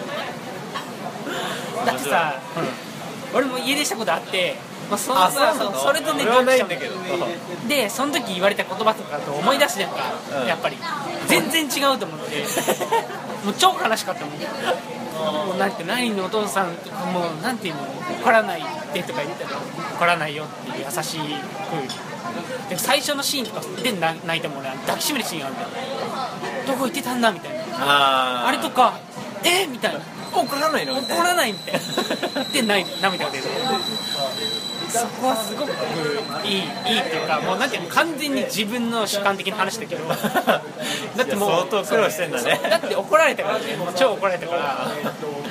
だってさ、うん、俺も家出したことあって、まあ、そのそそそれとね同期しちゃうんだけどでその時言われた言葉とかと思い出すじゃんか、うん、やっぱり全然違うと思ってもう超悲しかったもんもうなんて何のお父さんとかもうなんていうの怒らないってとか言ったら怒らないよっていう優しい風で最初のシーンとかで泣いても俺抱きしめるシーンがあるんだよどこ行ってたんだみたいな あ, あれとかえみたいな怒らないの怒らないみたいなで涙が出るそこはすごくいい、いいっていうかもうなんていうの完全に自分の主観的な話だけどだってもう相当苦労してんだねだって怒られたからねもう超怒られたから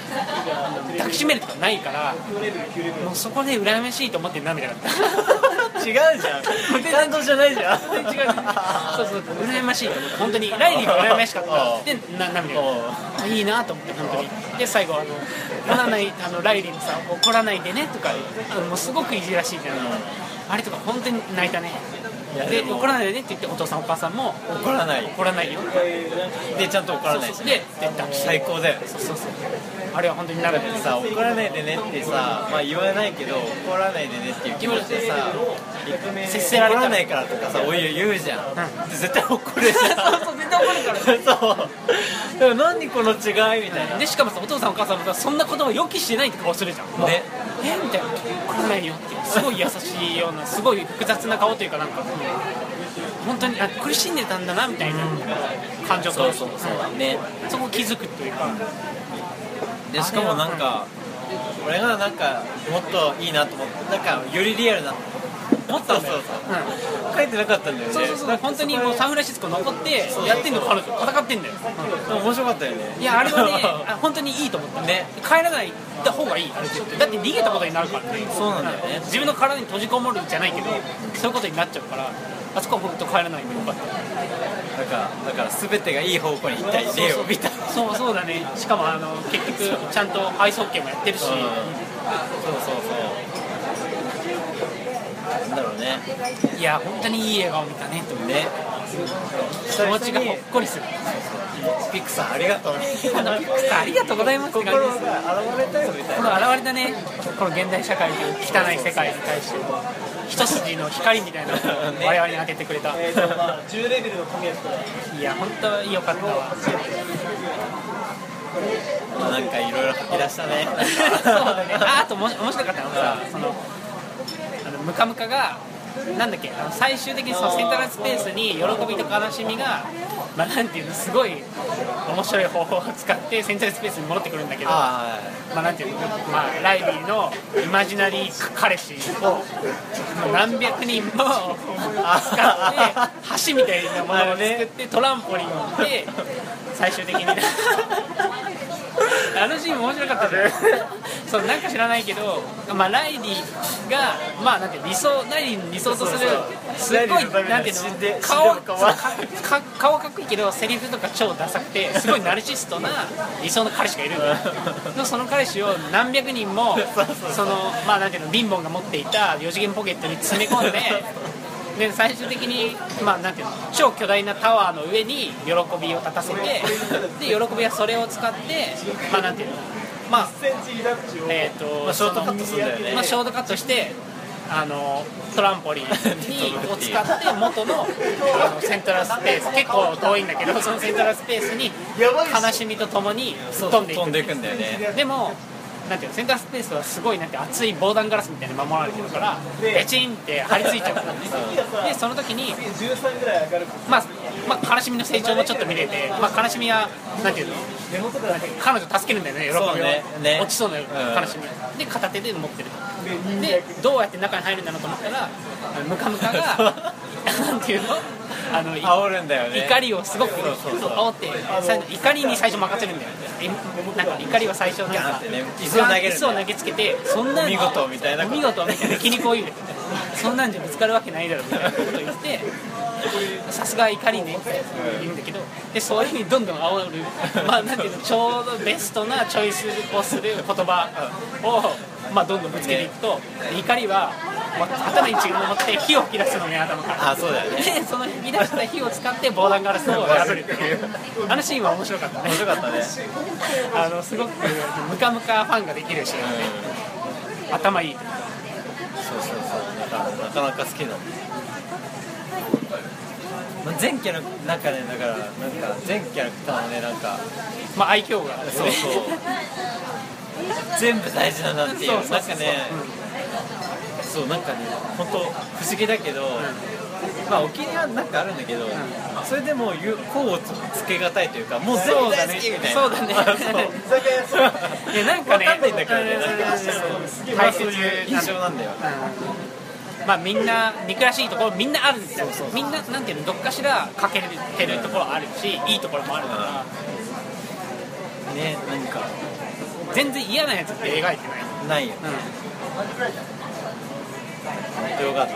抱きしめるとかないからもうそこで羨ましいと思って涙が出た違うじゃん感動じゃないじゃん全然違うそうそう羨ましいと思って本当にライリーが羨ましかったでな涙がいいなと思って本当にで最後あの怒らないあのライリーにさ怒らないでねとかあのもうすごくいじらしいじゃん、うん、あれとか本当に泣いたねで怒らないでねって言ってお父さんお母さんも怒らない怒らないよでちゃんと怒らないし、 ね、でで最高だよそうそうそうあれは本当になるってさ怒らないでねってさ、まあ、言わないけど怒らないでねっていう気持ちでさ接せられた怒らないからとかさおい言うじゃん、うん、絶対怒るじゃんそうそう絶対怒るからそうでも何この違いみたいなでしかもさお父さんお母さんもさそんな言葉予期してないって顔するじゃんねえみたいな怒らないよってすごい優しいようなすごい複雑な顔というかなんか、うん、本当にあ苦しんでたんだなみたいな感情と、うん、そうそうそうねそこ気づくというかでしかもなんか俺がなんかもっといいなと思ってなんかよりリアルな思ったんだよ、 うん、書いてなかったんだよねそうそうそう本当にもうサンフランシスコ残ってやってんの彼女戦ってんだよ、 うん、面白かったよねいやあれはねあ本当にいいと思ったね帰らないた方がいいあれだって逃げたことになるからねそうなんだよね自分の体に閉じこもるじゃないけどそういうことになっちゃうからあそこは本当帰らないでよかっただからだから全てがいい方向に行ったり例を見たそうそうだねしかもあの結局ちゃんとアイスホッケーもやってるし、うん、そうそうそうなんだろうねいや本当にいい笑顔見たねと思ってね気持ちがほっこりするピクサーありがとうねピクサーありがとうございますって感じです心が現れたよみたいなこの現れたねこの現代社会という汚い世界に対して一筋の光みたいなのを我々に当ててくれた、ね、じゅうレベルの神やついや本当に良かったわなんかいろいろ吐き出したねそうだねああともし面白かったのがさそのあのムカムカがなんだっけあの最終的にそのセントラルスペースに喜びと悲しみがまあなんていうのすごい面白い方法を使ってセントラルスペースに戻ってくるんだけどまあなんていうのまあライリーのイマジナリー彼氏を何百人も使って橋みたいなものを作ってトランポリンで最終的にあのシーンも面白かったじゃんそうなんか知らないけど、まあ、ライリーが、まあ、なんて理想ライリーの理想とするすっごいなんていうの顔顔かっこいいけどセリフとか超ダサくてすごいナルシストな理想の彼氏がいるんだよその彼氏を何百人もその、まあ、なんていうの貧乏が持っていたよ次元ポケットに詰め込んでで最終的に、まあ、なんていうの超巨大なタワーの上に喜びを立たせてで喜びはそれを使って、まあ、なんていうのまあえーとまあ、ショートカットするんだよね、 まあ、ショートカットしてあのトランポリンにを使って元のあのセントラルスペース結構遠いんだけどそのセントラルスペースに悲しみとともに飛んでいく、 飛んでいくんだよねでもなんていうのセンタースペースはすごいなんて厚い防弾ガラスみたいに守られてるからベチンって張り付いちゃうからねでその時に、まあ、まあ悲しみの成長もちょっと見れて、まあ、悲しみはなんていうの彼女助けるんだよね喜びを、ねね、落ちそうな悲しみ、うん、で片手で持ってるとでどうやって中に入るんだろうと思ったらムカムカがなんていうのあの煽るんだよね怒りをすごく煽って怒りに最初任せるんだよなんか怒りは最初なんか椅子を投げる椅子を投げつけてそんな見事みたいな見事みたいな気にこう言うそんなんじゃぶつかるわけないだろみたいなことを言ってさすが怒りねって言うんだけどでそういうふうにどんどん煽るまあなんていうのちょうどベストなチョイスをする言葉をまあどんどんぶつけていくと怒りは頭に血が持って火を吹き出すのね頭からあそうだよねでその吹き出した火を使って防弾ガラスを破るっていうあのシーンは面白かったね面白かったねあのすごくムカムカファンができるシーンで、うん、頭いいそうそうそうなかなか好きだね全キャラなんかねだからなんか全キャラクターのねなんかまあ愛嬌が、ね、 そうそう全部大事だなっていうなんかね、うん、そうなんかね本当不思議だけど、うん、まあお気に入りはなんかあるんだけど、うん、それでもこうをつけがたいというかもう全部大好きみたいなそうだねいやなんかね分かんないんだけどねなんか大切印象なんだよ、 うん、まあみんな憎らしいところみんなあるんですよみんななんていうのどっかしら欠けてるところあるしいいところもあるから、 うん、ねなんか全然嫌なやつって描いてないないよ、 うん本当よかった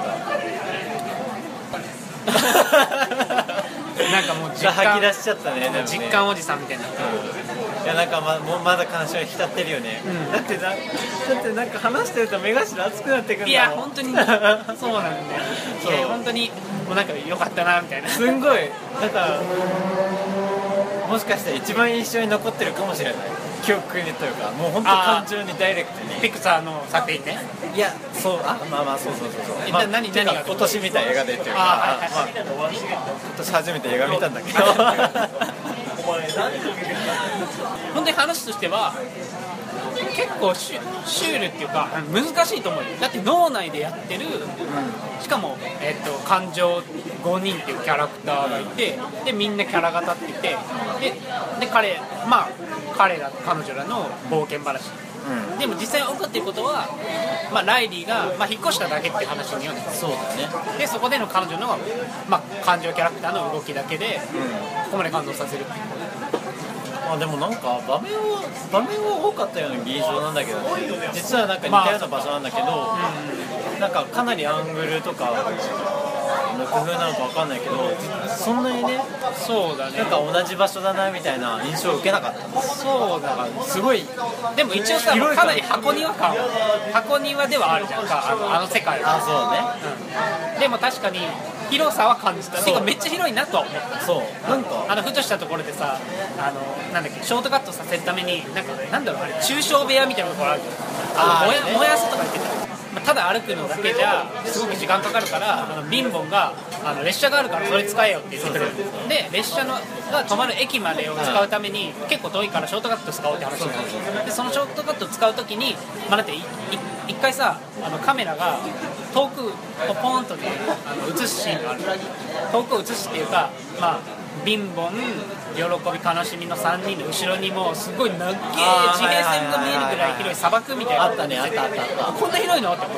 なんかもう実吐感き出しちゃったね。でもね実感おじさんみたいになってる。 いやなんか ま, もうまだ悲しみに浸ってるよね、うん、だってなだってなんか話してると目頭熱くなってくるんだもん。 いや本当にそうなんだよ。いや本当にもうなんか良かったなみたいな。 すんごいなんかもしかしたら一番印象に残ってるかもしれない記憶にというか、もう本当感情にダイレクトに。 ピクサーの作品ね。 いやそうあまあまあそうそうそうそう、まあ、 何何が今年見た映画でっていうか、あ、はいはい、まあ、今年初めて映画見たんだけど本当に話としては結構シュ、シュールっていうか難しいと思うよ。だって脳内でやってる、うん、しかも、えー、と感情ごにんっていうキャラクターがいて、でみんなキャラが立ってて、でで彼まあ彼ら彼女らの冒険話、うん、でも実際起こっていることは、まあ、ライリーが、まあ、引っ越しただけっていう話によね。 そうだね。 でそこでの彼女の、まあ、感情キャラクターの動きだけで、うん、ここまで感動させるっていう。 まあ、でもなんか場面は場面は多かったような劇場なんだけど、実はなんか似たような場所なんだけど、まあ、なんかかなりアングルとかの工夫なのかわかんないけど、そんなにね、 そうだね、なんか同じ場所だなみたいな印象を受けなかった。 そうだからすごい。 でも一応さ、かなり箱庭感箱庭ではあるじゃんか、あの、あの世界は。 あ、そうね、 うん、でも確かに広さは感じた。てかめっちゃ広いなとは思った。 そうなんかあのふとしたところでさ、あのなんだっけ、ショートカットさせるためになんかなんだろう、あれ中小部屋みたいなところあるじゃん。あの燃や、燃やすとか言ってた。まあ、ただ歩くのだけじゃすごく時間かかるから、あのビンボンがあの列車があるからそれ使えよって言ってくれる。で列車のが止まる駅までを使うために結構遠いからショートカット使おうって話になる。でそのショートカット使うときに、まあ、だって一回さ、あのカメラが遠くポポーンとね、あの映すシーンがある。遠くを映すっていうか、まあビンボン、喜び、悲しみのさんにんの後ろにもすごい長い地平線が見えるぐらい広い砂漠みたいな。 あったね、あったあったあった。 こんな広いのって思った。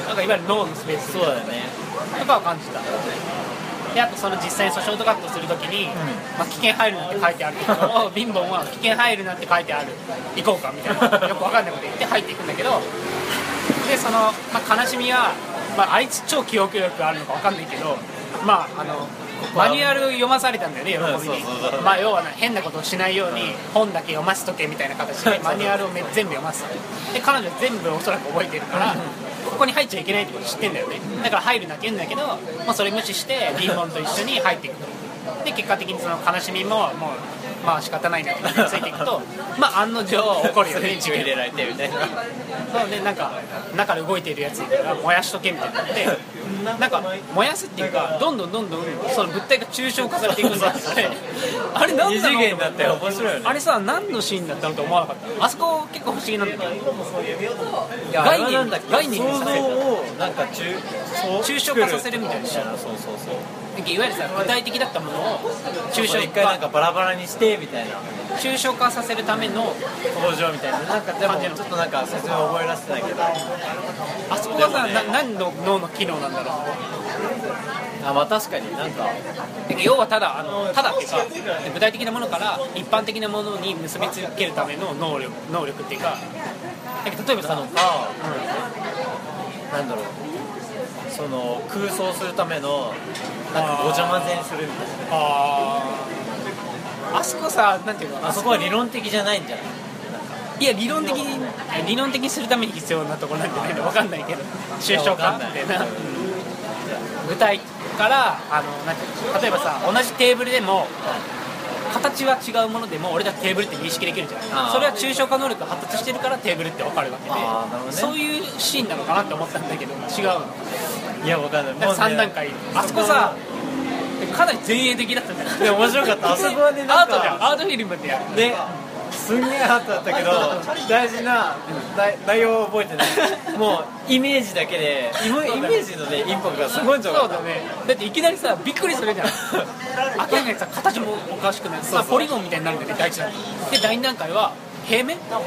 なんかいわゆる脳のスペース。 そうだよね。 とかを感じた。であとその実際にショートカットするときに、うん、まあ、危険入るなって書いてあるけどビンボンは危険入るなって書いてある、行こうかみたいなよくわかんないこと言って入っていくんだけど、でその、まあ、悲しみは、まあ、あいつ超記憶力あるのかわかんないけど、まああのマニュアル読まされたんだよね、喜びに。まあ要は変なことをしないように本だけ読ませとけみたいな形でマニュアルを全部読ます。で彼女は全部おそらく覚えてるからここに入っちゃいけないってこと知ってんだよね。だから入るなって言うんだけど、まあ、それ無視してビンボンと一緒に入っていくと。で結果的にその悲しみももうまあ仕方ないなってついていくとまあ案の定起こるよね。 入れられてみたいな。 そうね、なんか中で動いているやついたら燃やしとけみたいになって、なんか燃やすっていうかどんどんどんどんその物体が抽象化されていくんだってあれ何なの？ 二次元だって面白いよね。 あれさ何のシーンだったのと思わなかった。あそこ結構不思議なんだけど、 概念概念想像をなんか抽象化させるみたいな。 そうそうそう。 いわゆるさ具体的だったものを抽象化、 一回なんかバラバラにしてみたいな、 抽象化させるための工場みたいな、なんかでもちょっとなんか説明覚えらせてないけど、 あそこはさ、ね、な何の脳の機能なんだろう。 あ、まあ確かになんか要はただあのただっていうか具体的なものから一般的なものに結びつけるための能力能力っていうか、例えばさ、 なのか、うん、なんだろう、その空想するためのなんかごちゃ混ぜにするみたいな。 あああそこさ、なんていうの、 あそこは理論的じゃないんじゃない？ いや理論的に理論的にするために必要なところなんじゃないの？分かんないけど、抽象化ってな、具体からあのなんていうの、例えばさ同じテーブルでも形は違うものでも俺たちテーブルって認識できるじゃない。それは抽象化能力が発達してるからテーブルって分かるわけで、 あ、なるほどね、 そういうシーンなのかなって思ったんだけど違うの。 いや分かんない。 なんかさん段階、あそこさかなり前衛的だったじゃない。 いや面白かった。あそこはね、なんかアートじゃん、アートフィルムってやるね、すんげえアートだったけど大事な内容を覚えてない。もうイメージだけでイメージのねインパクトがすごいんじゃない。 そうだね。だっていきなりさびっくりするじゃん。明らかにさ形もおかしくない。まあポリゴンみたいになるんだよね、第一段階で。第二段階は平面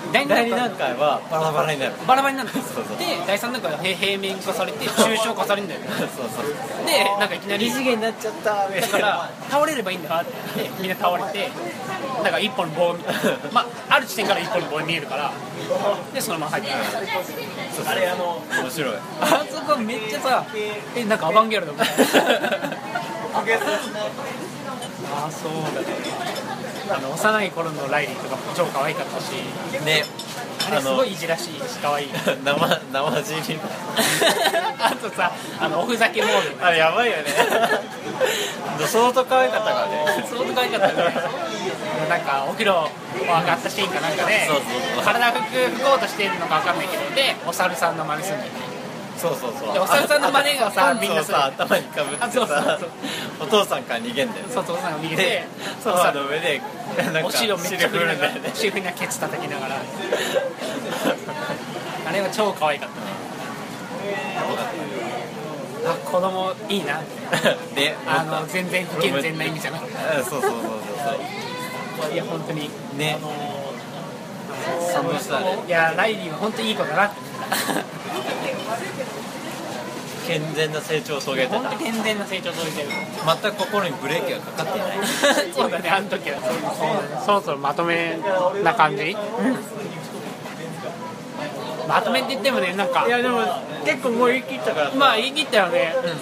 だいに段階はバラバラになるバラバラになるんですそうそうでだいさん段階は平面化されて抽象化されるんだよねそうそうでなんかいきなり二次元になっちゃっただから倒れればいいんだって言ってみんな倒れてなんか一本の棒みたいなまあある地点から一本の棒に見えるからでそのまま入ってくるそうあれあの面白いあそこめっちゃさえなんかアバンギャルドみたいなあそうだねあの幼い頃のライリーとかも超可愛かったしねあれすごいいじらしいし可愛い生生尻あとさあのおふざけモードあれやばいよね相当可愛かったからね相当可愛かったよねなんかお風呂上がったシーンかなんかでそうそうそう体拭拭こうとしてるのか分かんないけどでお猿さんの真似するんだよねそうそうそうでお猿さんの真似がさみんなささ頭にかぶってあそうそうさそうお父さんから逃げんだよそうそうそう逃げてでソファーの上でなんかお尻をめっちゃ振りながら尻振るんだよねシェフにはケツ叩きながらあれは超可愛かったねあ子供いいなであの全然不健全な意味じゃなくてそうそうそうそういや本当にね賛同したねいやライリーは本当にいい子だなって健全な成長を遂げてた本当に健全な成長を遂げてる全く心にブレーキがかかっていないそうだねあの時はそうそろそろまとめな感じ、うん、まとめって言ってもねなんかいやでも結構もう言い切ったからまあ言い切ったよね、うん、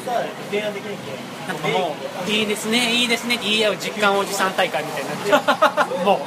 なんかもういいですねいいですねって言い合う実感おじさん大会みたいになっちゃうもう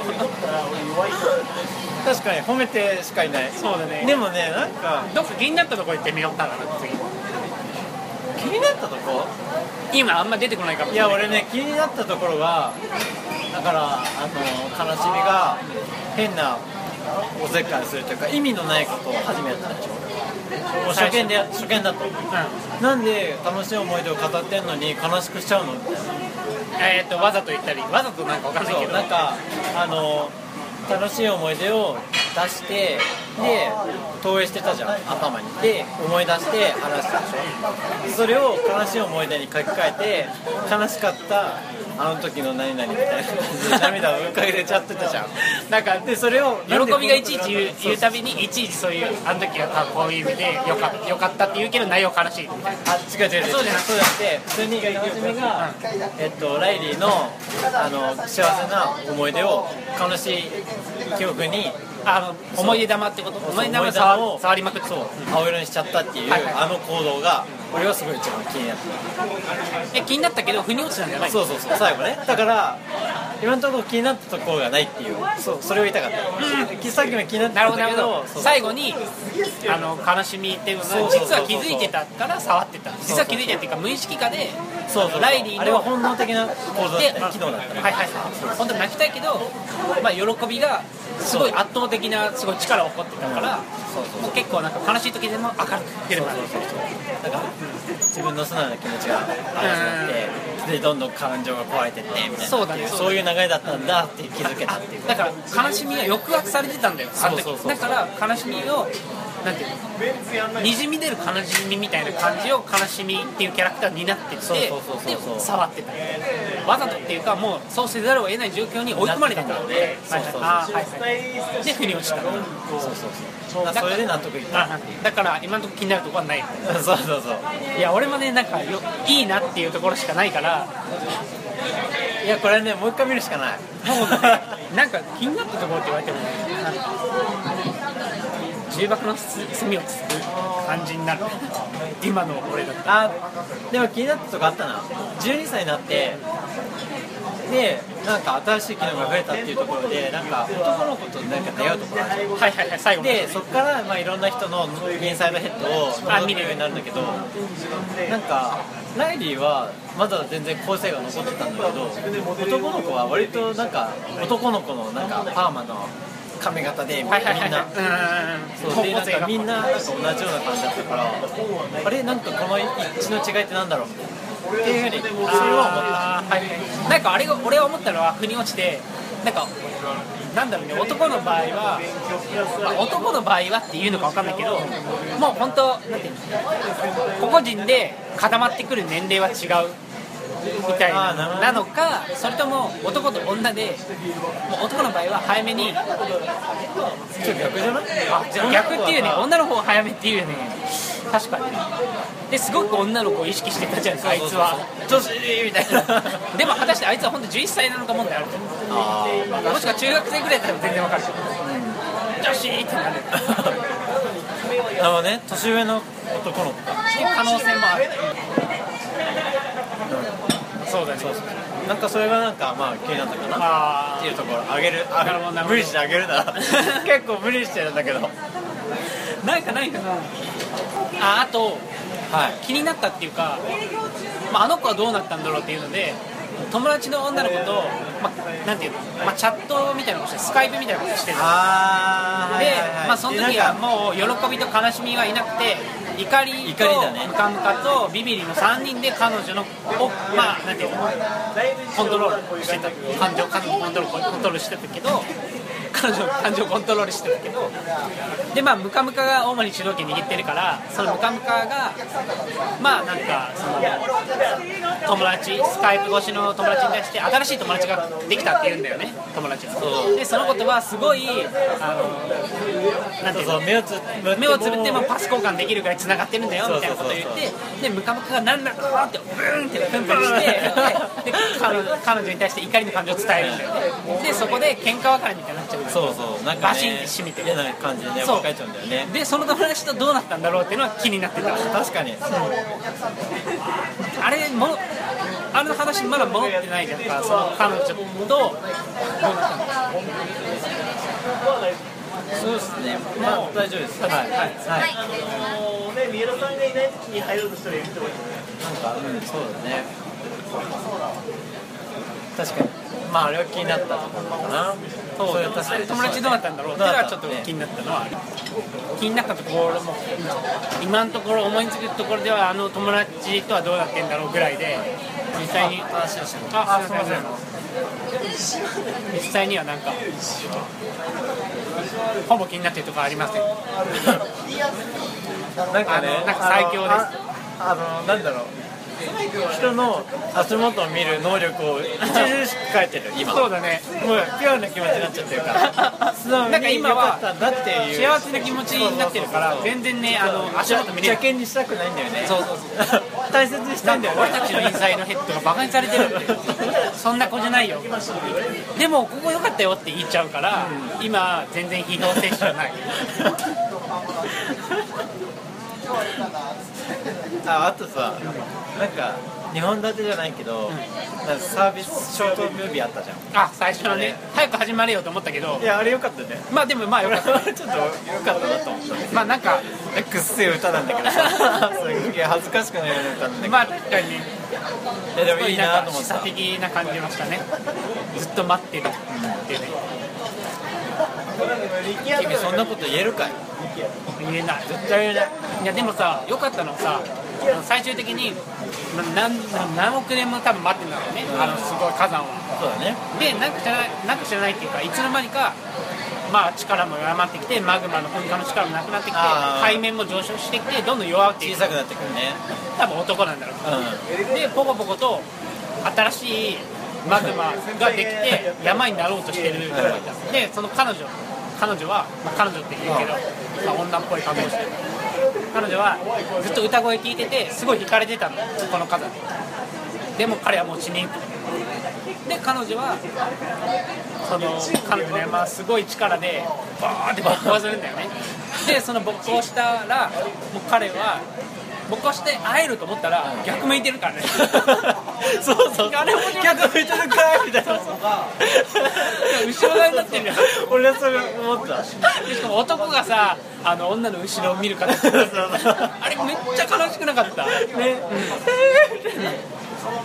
確かに褒めてしかいないそうだねでもねなんかどっか気になったとこ行ってみよったんだな次気になったとこ今あんま出てこないかもしいれないや俺ね気になったところがだからあの悲しみが変なおせっかいするというか意味のないことを初めやったでしょもう初見で初見だと、うん、なんで楽しい思い出を語ってんのに悲しくしちゃうのみたいなえー、っとわざと言ったりわざとなんかわかんないけどなんかあの楽しい思い出を出してで投影してたじゃん頭にで思い出して話したでしょそれを悲しい思い出に書き換えて悲しかったあの時の何々みたいな感じで涙をかけてちゃってたじゃんなんかでそれを喜びがいちいち言う、言うたびにいちいちそういうあの時はこういう意味でよかったよかったって言うけど内容悲しいみたいなあ違う違う違うそうじゃなくて普通に楽しみが、えっと、ライリーのあの幸せな思い出を悲しい記憶にあの思い出玉ってこと思い出玉を触触りまくってそう青色にしちゃったっていう、はいはい、あの行動が俺はすごい一番気になったえ気になったけど腑に落ちたんじゃないそうそうそう最後ねだから今のところ気になったところがないっていうそうそれを言いたかった、うん、さっきも気になってたんだけど最後にあの悲しみっていうのは実は気づいてたから触ってた実は気づいてたっていうか無意識化でそうそうライリーのあれは本能的な構造だった機能だった、ね、 はいはい本当に泣きたいけど、まあ、喜びがすごい圧倒的なすごい力を起こってたから、そうそうそう結構なんか悲しい時でも明るく出るからだから、うん、自分の素直な気持ちが集まってでどんどん感情が壊れてってみたいなそうだねそういう流れだったんだって気づけたっていうだから悲しみが抑圧されてたんだよあの時だから悲しみをなんていうのにじみ出る悲しみみたいな感じを悲しみっていうキャラクターになってってで触ってたわざとっていうかもうそうせざるを得ない状況に追い込まれてたのでで腑に落ちたそうそうそうそれで納得いっただから今のところ気になるところはないそうそうそういや俺もねなんかよいいなっていうところしかないからいやこれねもう一回見るしかないなんか気になったところって言われてもなんか重箱の隅をつく感じになる今の俺だったあでも気になったとこあったなじゅうにさいになってでなんか新しい機能が増えたっていうところでなんか男の子となんか出会うところあるはいはいはい最後でそこからまあいろんな人のインサイドヘッドを覗けるようになるんだけどなんかライリーはまだ全然構成が残ってたんだけど男の子は割となんか男の子のなんかパーマの髪型でみんなそうでなんかみんな同じような感じだったからあれなんかこの一致の違いってなんだろうっていうふうにそれは思った、 はい、なんかあれが俺が思ったのは腑に落ちてなんかなんだろうね男の場合は、まあ、男の場合はっていうのか分かんないけどもう本当なんていうの個々人で固まってくる年齢は違うみたいななのか、それとも男と女で、もう男の場合は早めに、 ちょっと逆じゃない？ あ、じゃあ逆っていうね、女の方早めっていうよね。確かに。ですごく女の子を意識してたじゃん、あいつは。 女子みたいな。 でも果たしてあいつは本当じゅういっさいなのか問題あると思う。もしくは中学生ぐらいだったら全然わかる。女子ってなる。 あのね、年上の男の子か。 っていう可能性もある。そうだね。 なんかそれがなんかまあ気になったかなあっていうところ、あげる、あなるほどなるほど無理してあげるな。結構無理してるんだけど。 なんかないかな。あ、あと、 はい。 気になったっていうか、まあ、あの子はどうなったんだろうっていうので、友達の女の子と、まあ、なんていうの、まあ、チャットみたいなことして、スカイプみたいなことしてる。 あで、まあ、その時はもう喜びと悲しみはいなくて、怒りとムカムカとビビリのさんにんで彼女のを、まあ、なんていうの、コントロールしてた、感情、感情コントロール、コントロールしてたけど、彼女の感情をコントロールしてたけど、で、まあ、ムカムカが主に主導権握ってるから、そのムカムカが、まあ、なんか、その、友達、スカイプ越しの友達に対して、新しい友達ができたって言うんだよね、友達が。で、そのことはすごい、あの、なんていうの、 目をつ目をつぶってもパス交換できるぐらい繋がってるんだよみたいなことを言って、でムカムカがなんだろうってブーンってプンプンして、で彼女、彼女に対して怒りの感情を伝えるんだよね。でそこで喧嘩別れみたいになっちゃう。 そうそう、なんかね、 バシンって締めてる嫌な感じでね、 そう別れちゃうんだよね。 でその友達とどうなったんだろうっていうのは気になってた。 確かに。 あれもあれの話まだ戻ってないじゃんか、その彼女とどうなったのか。 そうですね。まあ大丈夫です。はいはいはい。 もうね、三浦さんがいない時に入ろうとしたら言ってもいい。 なんかうんそうだね。確かに。まああれは気になったところかな。 そういう確かに友達どうなったんだろうっていうのはちょっと気になったのはある。気になったところも今のところ思いつくところではあの友達とはどうなってんだろうぐらいで、実際に話をしてる。あ、すみません。実際にはなんかほぼ気になってるところありません。 なんかね、 なんか最強です。 あ, あのなんだろう。人の足元を見る能力を著しく変えてる今。 そうだね。 もうピュアな気持ちになっちゃってるから。素直に良かったんだっていう幸せな気持ちになってるから全然ね、あの足元見れる。 邪険にしたくないんだよね。 そうそうそう。 大切にしたいんだよね。 俺たちのインサイドヘッドがバカにされてるって。そんな子じゃないよ。でもここ良かったよって言っちゃうから、うん、今全然非同性じゃない。 あ, あとさ、なんかにほん立てじゃないけど、うん、なんかサービスショートムービーあったじゃん。 あ、最初のね、早く始まれよと思ったけど、 いやあれ良かったね。 まあでもまあ良かった、 ちょっと良かったなと思った。 まあなんかくっせえ歌なんだけどさ、すげえ恥ずかしくないような歌なんだけど。 まあ確かに。 いやでもいいなと思った。 示唆的な感じましたね。ずっと待ってるっていうね。 君そんなこと言えるかい？ 言えない、絶対言えない。いやでもさ、良かったのはさ、最終的に何, 何億年も多分待ってんだろうね、うん、あのすごい火山は。 そうだね。 でなんか知らない、なんか知らないっていうか、いつの間にかまあ力も弱まってきて、マグマの噴火の力もなくなってきて、海面も上昇してきて、どんどん弱っていく。 小さくなってくるね。 多分男なんだろう、うん、でポコポコと新しいマグマができて山になろうとしてる人がいた、うん、でその彼女彼女は、まあ、彼女って言うけど、まあ、女っぽい格好してる。彼女はずっと歌声聞いててすごい惹かれてたの、この方に。でも彼はもう死にゆく。で彼女はその彼女の山はすごい力でバーって勃興するんだよね。でその勃興したらもう彼は勃興して会えると思ったら逆向いてるからね。 そうそう、 あれ逆向いてるかいみたいな。 後ろ側になってるよ。 俺はそれ思った。 しかも男がさ、あの女の後ろを見るからあれめっちゃ悲しくなかったね、うん、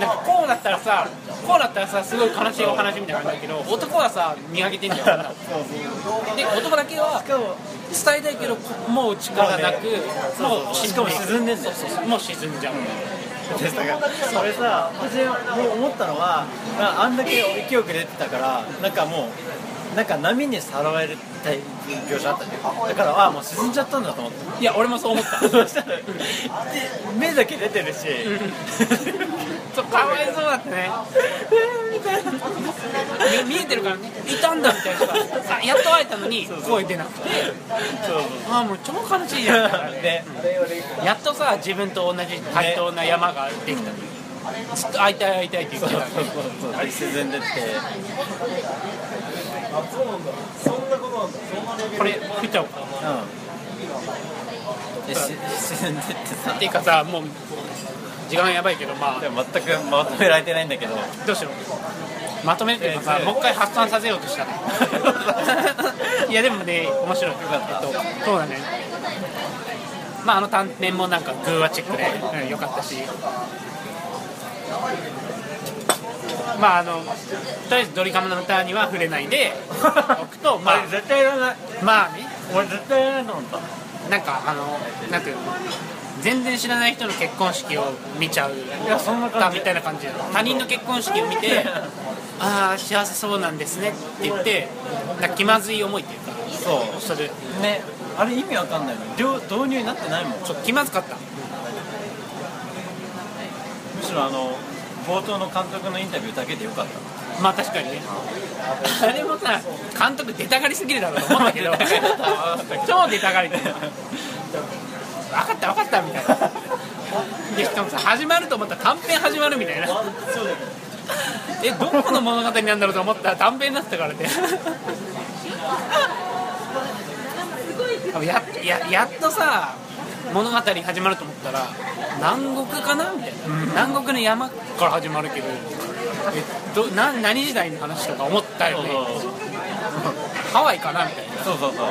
なんかこうだったらさこうだったらさすごい悲しいお話みたいな感じだけど、男はさ見上げてんじゃん。で男だけは伝えたいけどもう力なく、もうしかも沈んでんだよ。 もう沈んじゃう。 でさ、それさ、私も思ったのは、あんだけ勢いよく出てたから、なんかもうなんか波にさらわれたい描写あったんだよ。だからあもう沈んじゃったんだと思った。 いや俺もそう思った。 そしたら目だけ出てるし、 そそうかわいそうだったねみたいな見えてるからね、いたんだみたいな人がやっと会えたのに声出なくて、ああもう超悲しいじゃんで、うん、やっとさ自分と同じ対等な山ができたのに、ずっと会いたい会いたいって言ってたのに沈んでって、 これ食っちゃおうか、 うん、沈んでってさっていうかさ、もう時間やばいけど、まあでも全くまとめられてないんだけど、 どうしよう、まとめるっていうかさ、えー、もう一回発散させようとしたのいやでもね、面白い、よかった、えっと、そうだね、まああの短編もなんかグーワチックで、うん、よかったし、まああのとりあえずドリカムの歌には触れないでおくと、まあ絶対いらない、 まあね、 俺絶対いらないと思った。 なんかあのなんていうの、全然知らない人の結婚式を見ちゃう、 いやそんな感じみたいな感じで、他人の結婚式を見てああ幸せそうなんですねって言って、なんか気まずい思いっていうか、 そうそれね、あれ意味わかんないの、導入になってないもん。 ちょっと気まずかった。 むしろあの冒頭の監督のインタビューだけでよかった。 まあ確かにね、あれもさ監督出たがりすぎるだろうと思ったけど超出たがりで分かった分かったみたいなで、しかもさ始まると思ったら短編始まるみたいなえ、どこの物語なんだろうと思ったら短編になってたからねや, や, やっとさ物語始まると思ったら南国かなみたいな、うん、南国の山から始まるけど、えどな何時代の話とか思ったよね。ハワイかなみたいな。 そうそうそう、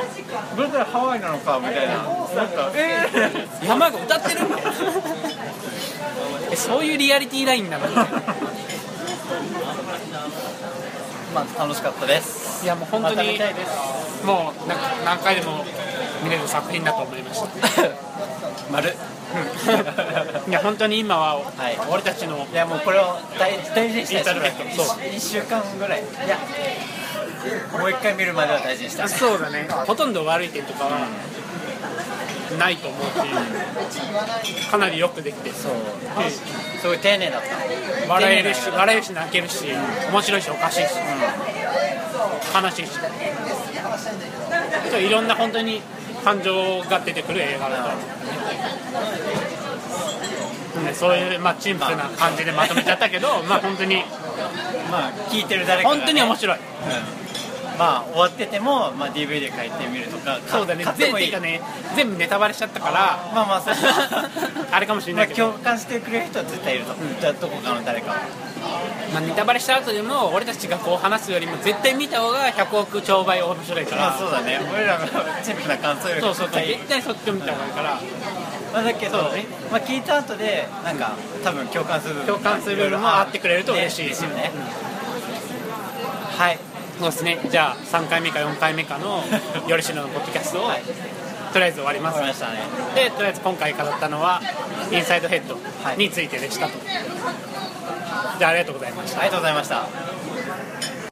どうしたらハワイなのかみたいな思った。えー、山が歌ってるみたいなえそういうリアリティラインなのみたいなまあ楽しかったです。 いやもう本当に、ま、もうなんか何回でも見れる作品だと思いました丸いや本当に今は、はい、俺たちのいやもうこれを大大事にしたい。 そういっしゅうかんぐらい、いやもう一回見るまでは大事にしたい。 そうだね、ほとんど悪い点とかはないと思うし、かなりよくできて、そう、 すごい丁寧だった。 笑えるし笑えるし泣けるし、面白いしおかしいし、うん、悲しいし、いろんな本当に感情が出てくる映画だと、うん、そういう、まあ、陳腐な感じでまとめちゃったけど、まあ本当に、 まあ、聞いてる誰かが、ね、 本当に面白い、うん、 まあ終わってても、まあ、ディーブイディー 借りてみるとか、 そうだね、全部いいかね、全部ネタバレしちゃったから、 まあまあそうあれかもしれないけど、 まあ、共感してくれる人は絶対いると思う、うん、じゃあどこかの誰かは。 まあ、ネタバレした後でも俺たちがこう話すよりも絶対見た方がひゃくおく超倍面白いから、 まあそうだね、俺らのチンプな感想よりそうそうそう、絶対そっちを見た方がいいから、 まあ、だけど、ね、まあ、聞いた後でなんか多分共感する部分共感する部分もあってくれると嬉しいですよね、 うん、はい、 そうですね。じゃあさんかいめかよんかいめかのよりしろのポッドキャストを、はい、とりあえず終わります。 終わりましたね。 でとりあえず今回語ったのはインサイドヘッドについてでしたと、はい、じゃあありがとうございました。 ありがとうございました。